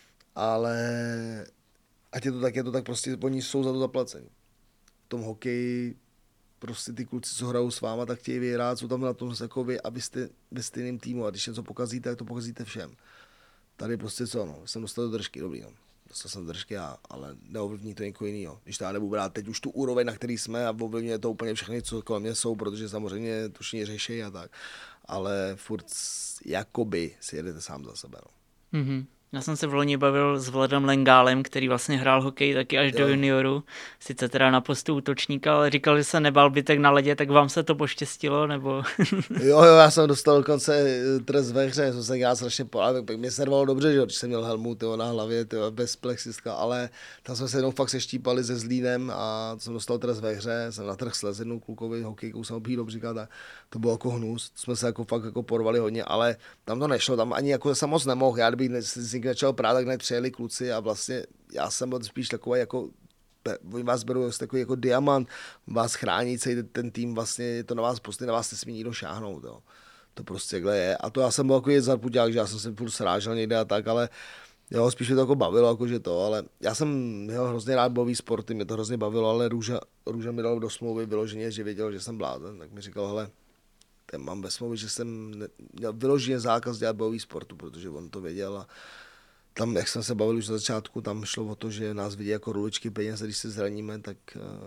Speaker 2: ale ať je to tak, je to tak prostě, oni jsou za to zaplaceni. V tom hokeji prostě ty kluci, co hrajou s váma, tak chtějí vyhrát, jsou tam na tom jakoby, abyste ve stejném týmu a když něco pokazíte, tak to pokazíte všem. Tady prostě co, no, jsem dostal do držky, dobrý, no. Dostal jsem do držky já, ale neovlivní to někoho jiného. Když to já nebudu brát teď už tu úroveň, na který jsme a ovlivňuje to úplně všechny, co kolem mě jsou, protože samozřejmě to všichni řeší a tak. Ale furt jakoby si jedete sám za sebe, no.
Speaker 1: Mm-hmm. Já jsem se v loni bavil s Vladem Lengálem, který vlastně hrál hokej taky až jo. do junioru, sice teda na postu útočníka, ale říkal, že se nebál bytek na ledě, tak vám se to poštěstilo, nebo?
Speaker 2: jo, jo, já jsem dostal dokonce trest ve hře, jsem se já strašně pol, mě se nervalo dobře, že když jsem měl helmu tyjo, na hlavě, tyjo, bez plexiska, ale tam jsme se jednou fakt seštípali se Zlínem a jsem dostal trest ve hře, jsem natrhl slezinu klukovi, hokejkou jsem ho dobře říkal, tak to bylo jako hnus, jsme se jako fakt jako porvali hodně, ale tam to nešlo, tam ani jako jsem moc nemohl, já kdybych začal prát, tak hned přijeli kluci a vlastně já jsem byl spíš takový jako, oni vás berou takový jako diamant, vás chrání celý ten tým, vlastně je to na vás prostě, na vás nesmí nikdo šáhnout, jo. To prostě takhle je. A to já jsem byl jako zarpuťák, že já jsem se furt srážel někde a tak, ale jo, spíš mě to jako bavilo, jakože to, ale já jsem měl hrozně rád bojový sporty, mě to hrozně bavilo, ale Růža, Růža mi dal do smlouvy vyloženě, že věděl, že jsem blázen, tak mi říkal, hele, ten mám ve smlouvě, že jsem měl vyloženě zákaz dělat bojový sportu, protože on to věděl a tam, jak jsme se bavili už na začátku, tam šlo o to, že nás vidí jako ruličky peněz, když se zraníme, tak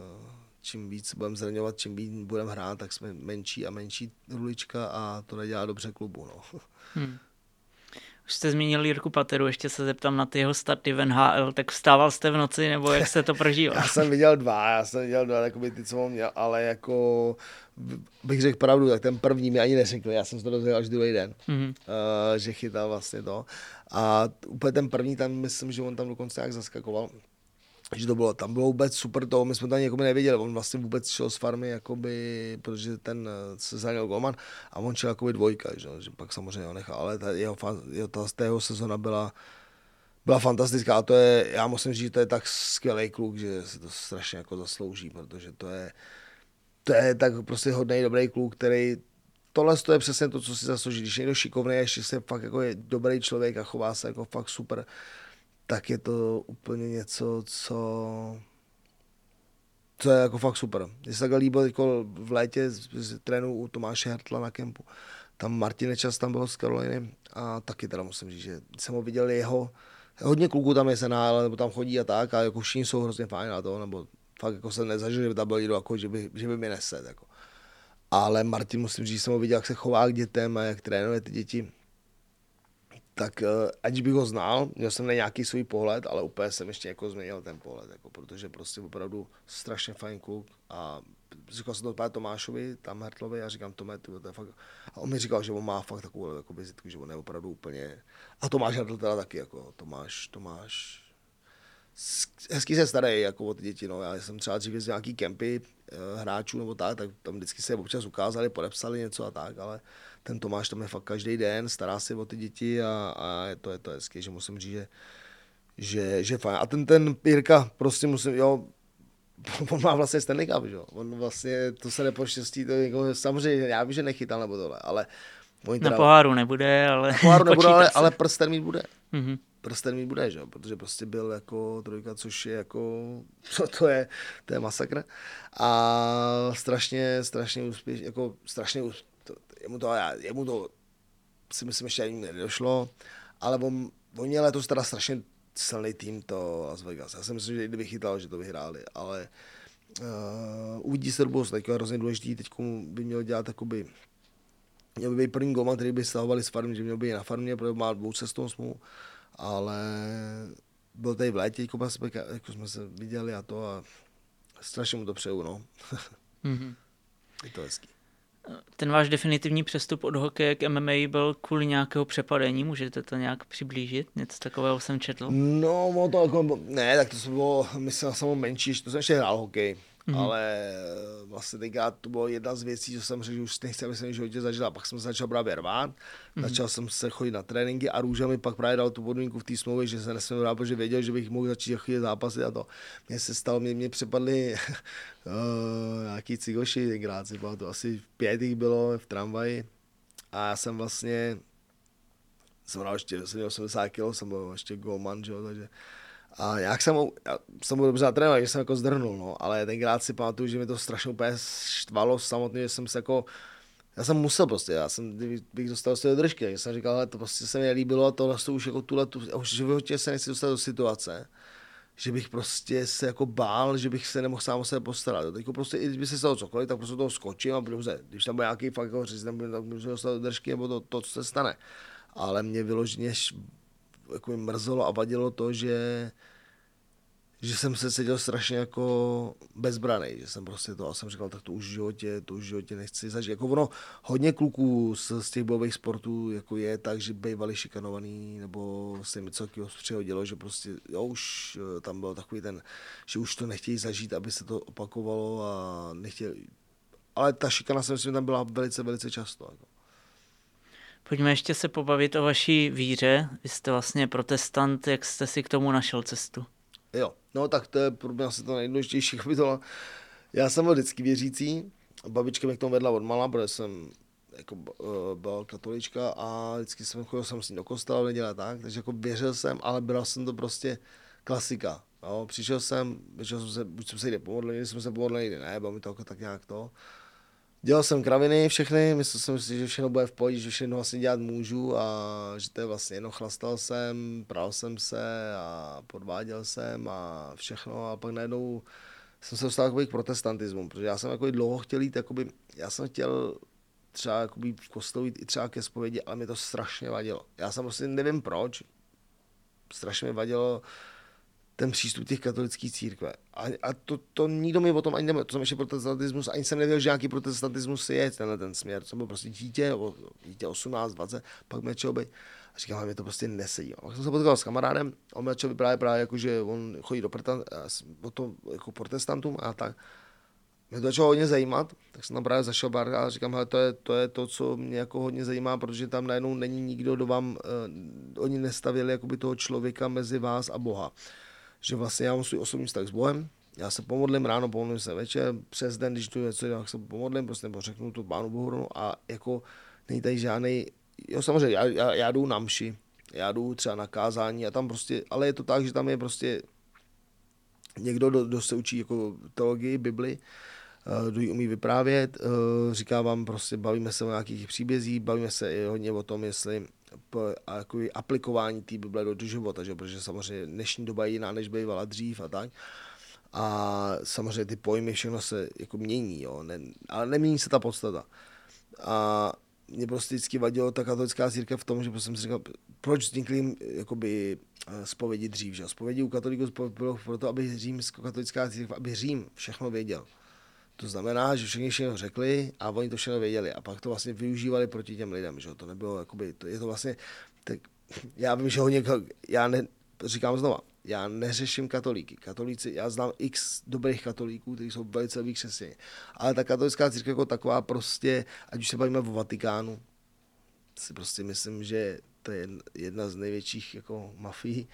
Speaker 2: čím víc budeme zraňovat, čím víc budeme hrát, tak jsme menší a menší rulička a to nedělá dobře klubu. No. Hmm.
Speaker 1: Už jste zmínil Jirku Pateru, ještě se zeptám na ty jeho starty v N H L, tak vstával jste v noci, nebo jak jste to prožíval?
Speaker 2: Já jsem viděl dva, já jsem viděl dva, jakoby ty, co on měl, ale jako bych řekl pravdu, tak ten první mi ani neřekl, já jsem se to dozvěděl až druhý den, mm-hmm. uh, že chytal vlastně to. A úplně ten první tam, myslím, že on tam dokonce jak zaskakoval, že to bylo, tam bylo vůbec super to, my jsme to ani jako nevěděli, on vlastně vůbec šel z farmy, jakoby, protože ten se zranil golman a on šel jakoby dvojka, že, že pak samozřejmě ho nechal, ale ta jeho, jeho, ta, ta jeho sezona byla Byla fantastická a to je, já musím říct, že to je tak skvělý kluk, že se to strašně jako zaslouží, protože to je, to je tak prostě hodnej, dobrý kluk, který, tohle to je přesně to, co si zaslouží, když někdo šikovný a ještě se fakt jako je dobrý člověk a chová se jako fakt super, tak je to úplně něco, co, co je jako fakt super. Mně se takhle líbilo jako v létě z, z trénu u Tomáše Hertla na kempu, tam Martin Nečas tam byl z Karoliny a taky teda musím říct, že jsem ho viděl jeho, hodně kluků tam je se náhle, nebo tam chodí a tak, a jako všichni jsou hrozně fajn na to, nebo fakt jako jsem nezažil, že by tam byl někdo, jako, že, by, že by mi nesed. Jako. Ale Martin, musím říct, že jsem ho viděl, jak se chová k dětem a jak trénuje ty děti. Tak ať bych ho znal, měl jsem na nějaký svůj pohled, ale úplně jsem ještě jako změnil ten pohled, jako, protože prostě opravdu strašně fajn kluk a říkal jsem to právě Tomášovi, tam Hertlovi a říkám Tome, to je fakt, a on mi říkal, že on má fakt takovou jako vizitku, že on je opravdu úplně, a Tomáš Hertl teda taky, jako Tomáš, Tomáš, hezky se starají jako o ty děti, no, já jsem třeba dřív jezdil nějaký kempy hráčů nebo tak, tak tam vždycky se občas ukázali, podepsali něco a tak, ale ten Tomáš tam je fakt každý den, stará se o ty děti a, a je to, je to hezky, že musím říct, že, že, že fajn. A ten, ten Jirka, prostě musím, jo, on má vlastně Stanley Cup, jo, on vlastně, to se nepoštěstí, to jako, samozřejmě, já vím, že nechytal nebo tohle, ale
Speaker 1: na poháru nebude, ale
Speaker 2: na poháru nebude, ale, ale prsten mít bude.
Speaker 1: Mm-hmm.
Speaker 2: Prsten mít bude, že? Protože prostě byl jako trojka, což je jako, co to je, to je masakr. A strašně, strašně úspěšný, jako strašně úspěšný, jemu to, jemu to si myslím, ještě ani nedošlo, ale on, on měl letos teda strašně silný tým to Las Vegas. Já si myslím, že kdyby chytal, že to vyhráli, ale uh, uvidí se do budoucna, teď je hrozně důležitý, teď by měl dělat takoby, měl by být první golman, který by stahovali s farmy, že měl by i na farmě, protože má dvoucestovnou smlouvu, ale byl tady v létě, jako, jako jsme se viděli a to a strašně mu to přeju, no. Mm-hmm. Je to hezký.
Speaker 1: Ten váš definitivní přestup od hokeje k M M A byl kvůli nějakého přepadení, můžete to nějak přiblížit? Něco takového jsem četl.
Speaker 2: No, no to jako, ne, tak to bylo, myslím, samo menší, to jsem ještě hrál hokej, mm-hmm. ale vlastně tenkrát to bylo jedna z věcí, že jsem řekl, že už nechci, aby jsem v životě zažil, a pak jsem se začal právě rvát, mm-hmm. začal jsem se chodit na tréninky a Růža mi pak právě dal tu podmínku v té smlouvě, že se nesmím rvát, protože věděl, že bych mohl začít chodit zápasy a to. Mně se stalo, mě, mě přepadli uh, nějaký cigoši tenkrát, si to asi pět jich bylo v tramvaji a já jsem vlastně, jsem hrál ještě, jsem měl osmdesát kilo, jsem byl ještě golman, že jo, takže a jak jsem, já jsem byl dobře natrénovaný, že jsem jako zdrhnul, no, ale tenkrát si pamatuju, že mi to strašně úplně štvalo samotně, že jsem se jako, já jsem musel prostě, já jsem, bych dostal z té držky, takže jsem říkal, ale to prostě se mi nelíbilo a tohle to už jako tuhle, tu, už v životě se nechci dostat do situace, že bych prostě se jako bál, že bych se nemohl sám o sebe postarat. Teď prostě, i když by se stalo cokoliv, tak prostě toho skočím a dobře, když tam bude nějaký fakt jako řízen, tak můžu dostat do držky, nebo to, to, co se stane. Ale mě vyloženě jako mi mrzelo a vadilo to, že, že jsem se cítil strašně jako bezbranej, že jsem prostě to, a jsem říkal, tak to už v životě, to už v životě nechci zažít. Jako ono, hodně kluků z, z těch bojových sportů jako je tak, že bývali šikanovaný, nebo se mi celkově přihodilo, že prostě, jo, už tam byl takový ten, že už to nechtějí zažít, aby se to opakovalo a nechtěli, ale ta šikana si myslím, tam byla velice, velice často. Jako.
Speaker 1: Pojďme ještě se pobavit o vaší víře. Vy jste vlastně protestant, jak jste si k tomu našel cestu?
Speaker 2: Jo, no tak to je pro mě asi to nejdůležitější kapitola. Já jsem byl vždycky věřící, babička mě k tomu vedla odmala, protože jsem jako byl katolička a vždycky jsem chodil jsem s ní do kostela v neděli tak, takže jako věřil jsem, ale bral jsem to prostě klasika. Jo, přišel jsem, přišel jsem se, buď jsem se jde pomodlil, někdy jsem se pomodlil, někdy ne, bylo mi to jako tak nějak to. Dělal jsem kraviny všechny, myslel jsem si, že všechno bude v pohodě, že všechno vlastně dělat můžu a že to je vlastně jenom chlastal jsem, pral jsem se a podváděl jsem a všechno a pak najednou jsem se dostal k protestantismu, protože já jsem jako dlouho chtěl jít, jakoby, já jsem chtěl třeba jakoby v kostelu i třeba ke zpovědi, ale mě to strašně vadilo. Já jsem prostě nevím proč, strašně mi vadilo ten přístup těch katolických církve. A, a to, to nikdo mi o tom ani neměl, to jsem ještě protestantismus, ani jsem nevěděl, že nějaký protestantismus je tenhle ten směr, to byl prostě dítě, dítě osmnáct, dvacet, pak mě začalo být, a říkám, mě to prostě nesedí. Pak jsem se potkal s kamarádem, on mě začal vyprávět právě, jako, že on chodí do o to, jako protestantům a tak. Mě to začalo hodně zajímat, tak jsem tam právě zašel bar a říkám, hele, to je, to je to, co mě jako hodně zajímá, protože tam najednou není nikdo, kdo vám, uh, oni nestavili jakoby toho člověka mezi vás a Boha. Že vlastně já mám svůj osobní vztah s Bohem, já se pomodlím ráno, pomodlím se večer, přes den, když tu něco tak se pomodlím, prostě nebo řeknu to Pánu Bohu a jako není tady žádnej, jo samozřejmě, já, já, já jdu na mši, já jdu třeba na kázání a tam prostě, ale je to tak, že tam je prostě někdo, kdo, kdo se učí jako teologii, Bibli, kdo ji umí vyprávět, říká vám prostě, bavíme se o nějakých příbězích, bavíme se i hodně o tom, jestli a jako aplikování té Bible do, do života, že? Protože samozřejmě dnešní doba je jiná, než bývala dřív a tak. A samozřejmě ty pojmy, všechno se jako mění, jo? Ne, ale nemění se ta podstata. A mě prostě vždycky vadilo ta katolická církev v tom, že jsem si říkal, proč vznikly jakoby zpovědi dřív, že? Zpovědi u katolíků bylo proto, aby římskokatolická církev, aby Řím všechno věděl. To znamená, že všichni všechno řekli a oni to všechno věděli a pak to vlastně využívali proti těm lidem, že to nebylo, jakoby, to, je to vlastně, tak já vím, že hodně, já ne, říkám znova, já neřeším katolíky, katolíci, já znám x dobrých katolíků, kteří jsou velice dobrý křesťané, ale ta katolická církev jako taková prostě, ať už se bavíme o Vatikánu, si prostě myslím, že to je jedna z největších jako mafií.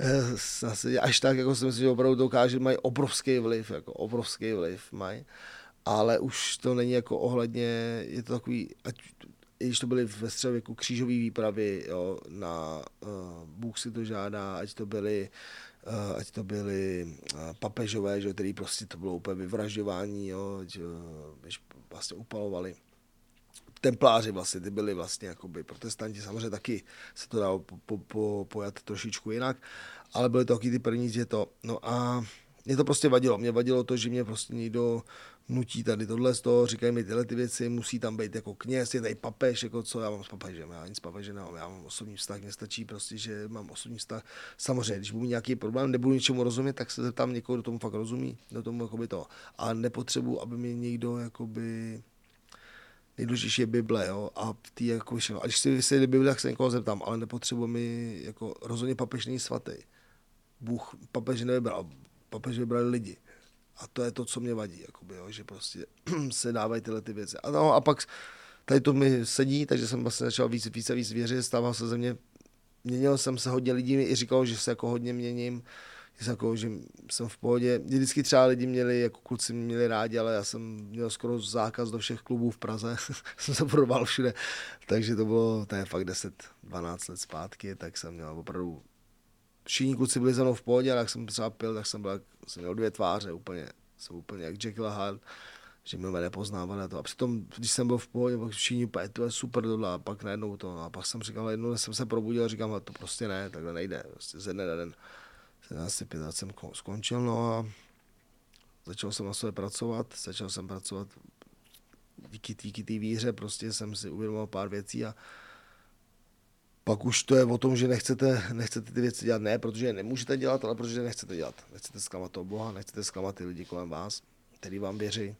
Speaker 2: Až tak, jako si myslím, že opravdu dokáže, mají obrovský vliv, jako obrovský vliv mají, ale už to není jako ohledně, je to takový, ať, i když to byly ve středověku křížové výpravy, jo, na uh, Bůh si to žádá, ať to byly uh, ať to byly uh, papežové, že, který prostě to bylo úplně vyvražďování, jo, ať, uh, když vlastně upalovali. Templáři vlastně, ty byli vlastně jakoby protestanti, samozřejmě taky se to dalo po, po, po, pojat trošičku jinak, ale byly to taky ty první, že to, no a mě to prostě vadilo, mě vadilo to, že mě prostě někdo nutí tady tohle z toho, říkají mi tyhle ty věci, musí tam být jako kněz, je tady papež, jako co, já mám s papežem, já nic s papežem nemám, já mám osobní vztah, mně stačí prostě, že mám osobní vztah, samozřejmě, když budu mít nějaký problém, nebudu ničemu rozumět, tak se zeptám někoho, kdo tomu fakt rozumí, do tomu jakoby to, ale nepotřebuji, aby mě někdo jakoby nejdůležitější je Bible, jo, a ty jako všechno. A když si vysvětlí Bible, tak se někoho zeptám, ale nepotřebuje mi, jako rozhodně papež není svatý. Bůh papež nevybral, papež vybrali lidi. A to je to, co mě vadí, jakoby, jo, že prostě se dávají tyhle ty věci. A, no, a pak tady to mi sedí, takže jsem vlastně začal víc, víc a víc věřit, stával se ze mě, měnil jsem se hodně lidí, mi i říkalo, že se jako hodně měním, jako, že jsem v pohodě. Vždycky třeba lidi měli, jako kluci měli rádi, ale já jsem měl skoro zákaz do všech klubů v Praze. jsem se podobal všude. Takže to bylo, to je fakt deset dvanáct let zpátky, tak jsem měl opravdu, všichni kluci byli za mnou v pohodě, ale jak jsem třeba pil, tak jsem byl, jsem měl dvě tváře, úplně, jsem úplně jak Jekyll a Hyde, že mě nepoznávali a to. A přitom, když jsem byl v pohodě, pak všichni, to je super tohle, a pak najednou to. A pak jsem říkal, jednou jsem se probudil a říkám, to prostě ne, takhle nejde, prostě ze dne na den. sedmnáct pět jsem skončil, no a začal jsem na sobě pracovat, začal jsem pracovat díky, díky té víře, prostě jsem si uvědomil pár věcí a pak už to je o tom, že nechcete, nechcete ty věci dělat, ne protože je nemůžete dělat, ale protože nechcete dělat. Nechcete zklamat toho Boha, nechcete zklamat ty lidi kolem vás, který vám věří.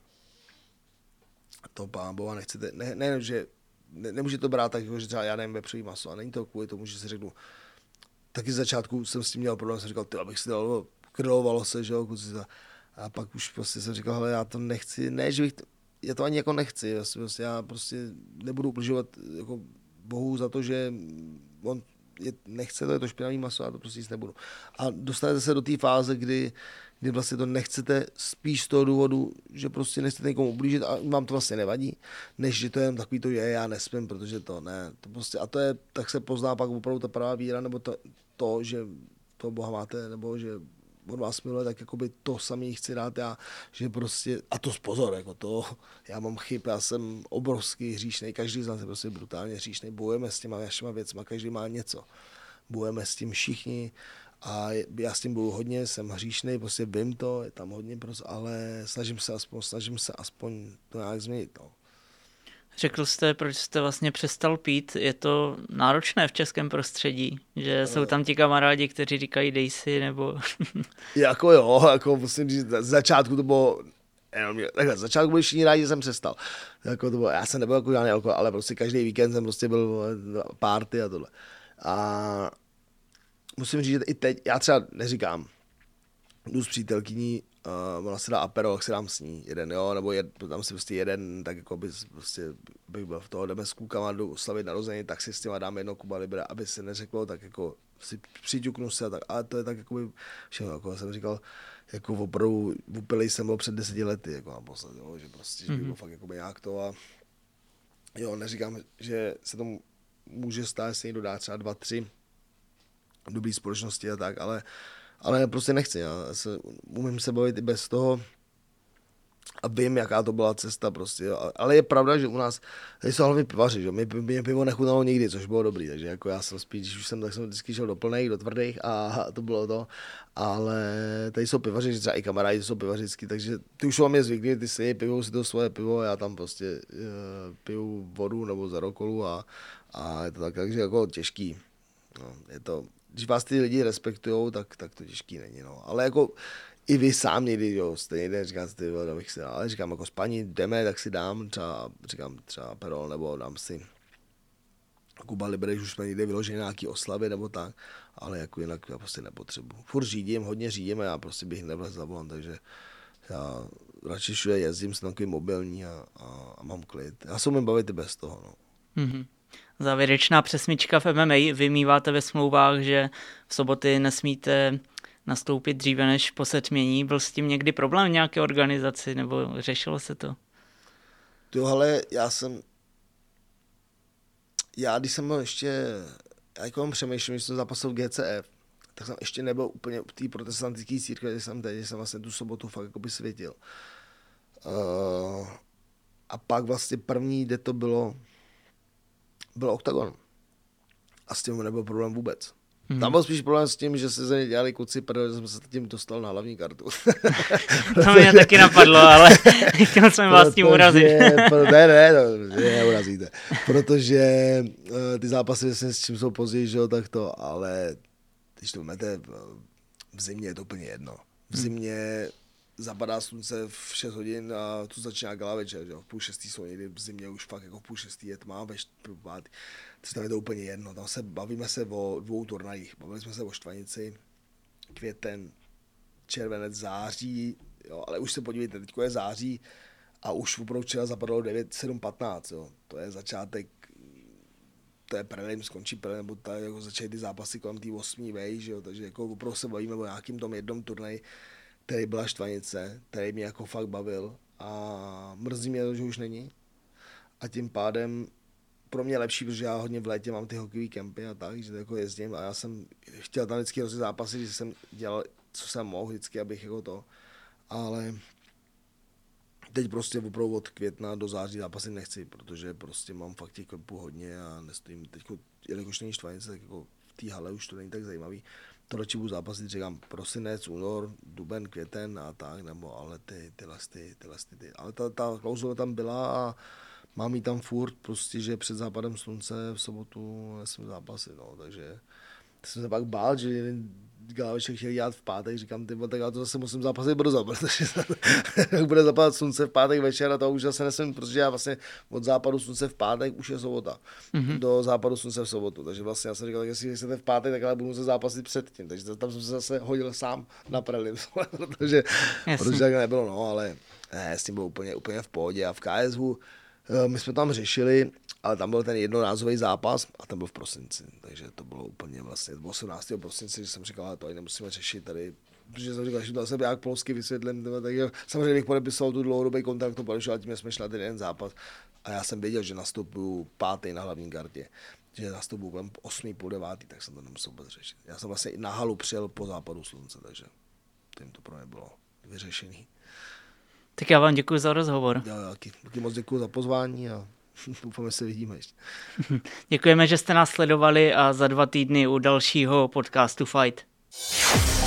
Speaker 2: Toho Pána Boha nechcete, ne, ne že ne, nemůžete to brát tak, že třeba já nevím vepřový maso a není to kvůli tomu, že si řeknu, taky z začátku jsem s tím měl problém, jsem říkal, ty, abych si dal, krylovalo se, že jo, a pak už prostě jsem říkal, hele, já to nechci, ne, že bych, to, já to ani jako nechci, prostě, já prostě nebudu ubližovat jako Bohu za to, že on je, nechce, to je to špinavý maso, já to prostě jíst nebudu. A dostanete se do té fáze, kdy, kdy vlastně to nechcete spíš z toho důvodu, že prostě nechcete někomu ublížit a vám to vlastně nevadí, než že to je jen takový to, je, já nespím, protože to ne, to prostě, a to je, tak se pozná pak opravdu ta pravá víra, nebo to, to že toho Boha máte, nebo že on vás miluje, tak jakoby to samý chci dát já, že prostě, a to pozor, jako to, já mám chyb, já jsem obrovský hříšnej, každý z nás je prostě brutálně hříšnej, bojujeme s těma našima věcma, každý má něco, bojujeme s tím všichni a já s tím budu hodně, jsem hříšnej, prostě vím to, je tam hodně, prostě, ale snažím se aspoň, snažím se aspoň to nějak změnit, no.
Speaker 1: Řekl jste, proč jste vlastně přestal pít. Je to náročné v českém prostředí, že jsou tam ti kamarádi, kteří říkají dej si, nebo...
Speaker 2: Jako jo, jako musím říct, z začátku to bylo, jenom, takhle, z začátku byli všichni rádi, že jsem přestal. Jako to bylo, já jsem nebyl jako žádný alkohol, ale prostě každý víkend jsem prostě byl party a tohle. A musím říct, že i teď, já třeba neříkám, jdu s přítelkyní, uh, ona si dá apero, tak si dám s ní jeden, jo, nebo jed, tam si prostě jeden, tak jako by prostě bych byl v toho, jdeme s klukama, jdu slavit narozeniny, tak si s těma dáme jedno Cuba Libre, aby se neřeklo, tak jako si přiťuknu se a tak, ale to je tak jako by všechno, jako jsem říkal, jako opravdu upilej jsem byl před deseti lety, jako naposled, jo, že prostě, že by bylo fakt jako by nějak to a jo, neříkám, že se tomu může stát, jestli někdo dá třeba dva, tři dobrý společnosti a tak, ale Ale prostě nechci, já se, umím se bavit i bez toho a vím, jaká to byla cesta prostě, jo. Ale je pravda, že u nás jsou hlavně pivaři, že? Mě, mě pivo nechutnalo nikdy, což bylo dobrý, takže jako já jsem spíš, když už jsem, tak jsem vždycky šel do plných, do tvrdých a to bylo to, ale tady jsou pivaři, že třeba i kamarádi jsou pivařický, takže ty už jsou mě zvyklí, ty si pijou si to svoje pivo, já tam prostě uh, piju vodu nebo zarokolu a, a je to tak, takže jako těžký, no, je to... Když vás ty lidi respektujou, tak, tak to těžký není, no. Ale jako i vy sám někdy, jo, jste někde, říkáte, ty, abych si dal, ale říkám, jako s paní jdeme, tak si dám třeba, říkám, třeba Perol, nebo dám si Cuba Libre, když už jsme někde vyložili nějaký oslavy, nebo tak, ale jako jinak já prostě nepotřebuji. Furt řídím, hodně řídím a já prostě bych nevlez za volant, takže já radši všude jezdím, jsem takový mobilní a, a, a mám klid. Já se umím bavit i bez toho, no.
Speaker 1: Mm-hmm. Závěrečná přesmička v M M A. Vy míváte ve smlouvách, že v soboty nesmíte nastoupit dříve než po setmění. Byl s tím někdy problém v nějaké organizaci, nebo řešilo se to?
Speaker 2: Jo, hele, já jsem... Já, když jsem byl ještě... Já jako mám přemýšlím, když jsem zápasil v G C F, tak jsem ještě nebyl úplně v té protestantické církvi, když jsem teď, když jsem vlastně tu sobotu fakt jako by světil. Uh, a pak vlastně první, kde to bylo, byl Oktagon. A s tím nebyl problém vůbec. Hmm. Tam byl spíš problém s tím, že se ze mě dělali kuci, protože jsem se tím dostal na hlavní kartu.
Speaker 1: To mě taky napadlo, ale chtěl jsem vás tím urazit.
Speaker 2: ne, ne, no, neurazíte. Protože uh, ty zápasy, s čím jsou později, že jo, tak to, ale když to máte, v zimě je to úplně jedno. V zimě zapadá slunce v šest hodin a tu začíná gala večer, že jo, v půl šestý jsou někdy v zimě už fakt jako v půl šestý je tma, ve pátý. Tam je to úplně jedno, tam se bavíme se o dvou turnajích, bavili jsme se o Štvanici, květen, červenec, září, jo, ale už se podívejte, teď je září a už opravdu včera zapadalo devět sedm patnáct, jo, to je začátek, to je prelim, skončí prelim, nebo tady jako začaly ty zápasy kolem té osmý vej, že jo, takže jako opravdu se bavíme o nějakým tom jednom turnaji, který byla Štvanice, který mě jako fakt bavil a mrzí mě to, že už není a tím pádem pro mě je lepší, protože já hodně v létě mám ty hokejové kempy a tak, že jako jezdím a já jsem chtěl tam vždycky rozjet zápasy, že jsem dělal, co jsem mohl vždycky, abych jako to, ale teď prostě opravdu od května do září zápasy nechci, protože prostě mám fakt těch kempů hodně a nestojím teď, jelikož není Štvanice, tak jako v té hale už to není tak zajímavý. To radši budu zápasit, říkám, prosinec, únor, duben, květen a tak, nebo ale ty, tyhle, ty, tyhle, ty. Ale ta, ta klauzule tam byla a mám ji tam furt, prostě, že před západem slunce v sobotu nesmím zápasit, no, takže jsem se pak bál, že Galaveček chtěl dělat v pátek, říkám, ty, tak já to zase musím zápasit brzo, protože bude zapadat slunce v pátek večer a to už zase nesmím, protože já vlastně od západu slunce v pátek už je sobota, mm-hmm. do západu slunce v sobotu, takže vlastně já jsem říkal, tak jestli chcete v pátek, tak ale budu muset zápasit předtím, takže tam jsem se zase hodil sám na prelim, protože, protože tak nebylo, no, ale ne, s tím bylo úplně, úplně v pohodě a v K S U my jsme tam řešili, ale tam byl ten jednorázový zápas a ten byl v prosinci, takže to bylo úplně vlastně osmnáctého prosince, že jsem říkal, ale to ani nemusíme řešit tady, protože jsem říkal, že to zase jak polsky vysvětlím, takže samozřejmě bych podepisoval tu dlouhodobý kontrakt, to ale tím jsme šli na ten jeden zápas a já jsem věděl, že nastupuju pátý na hlavní kartě, že nastupuju kolem osmý půl devátý, tak jsem to nemusel vůbec řešit. Já jsem vlastně i na halu přijel po západu slunce, takže tím to pro mě bylo vyřešený.
Speaker 1: Tak já vám děkuji za rozhovor.
Speaker 2: Já taky, taky moc děkuji za pozvání a doufám, že se vidíme ještě.
Speaker 1: Děkujeme, že jste nás sledovali a za dva týdny u dalšího podcastu Fight.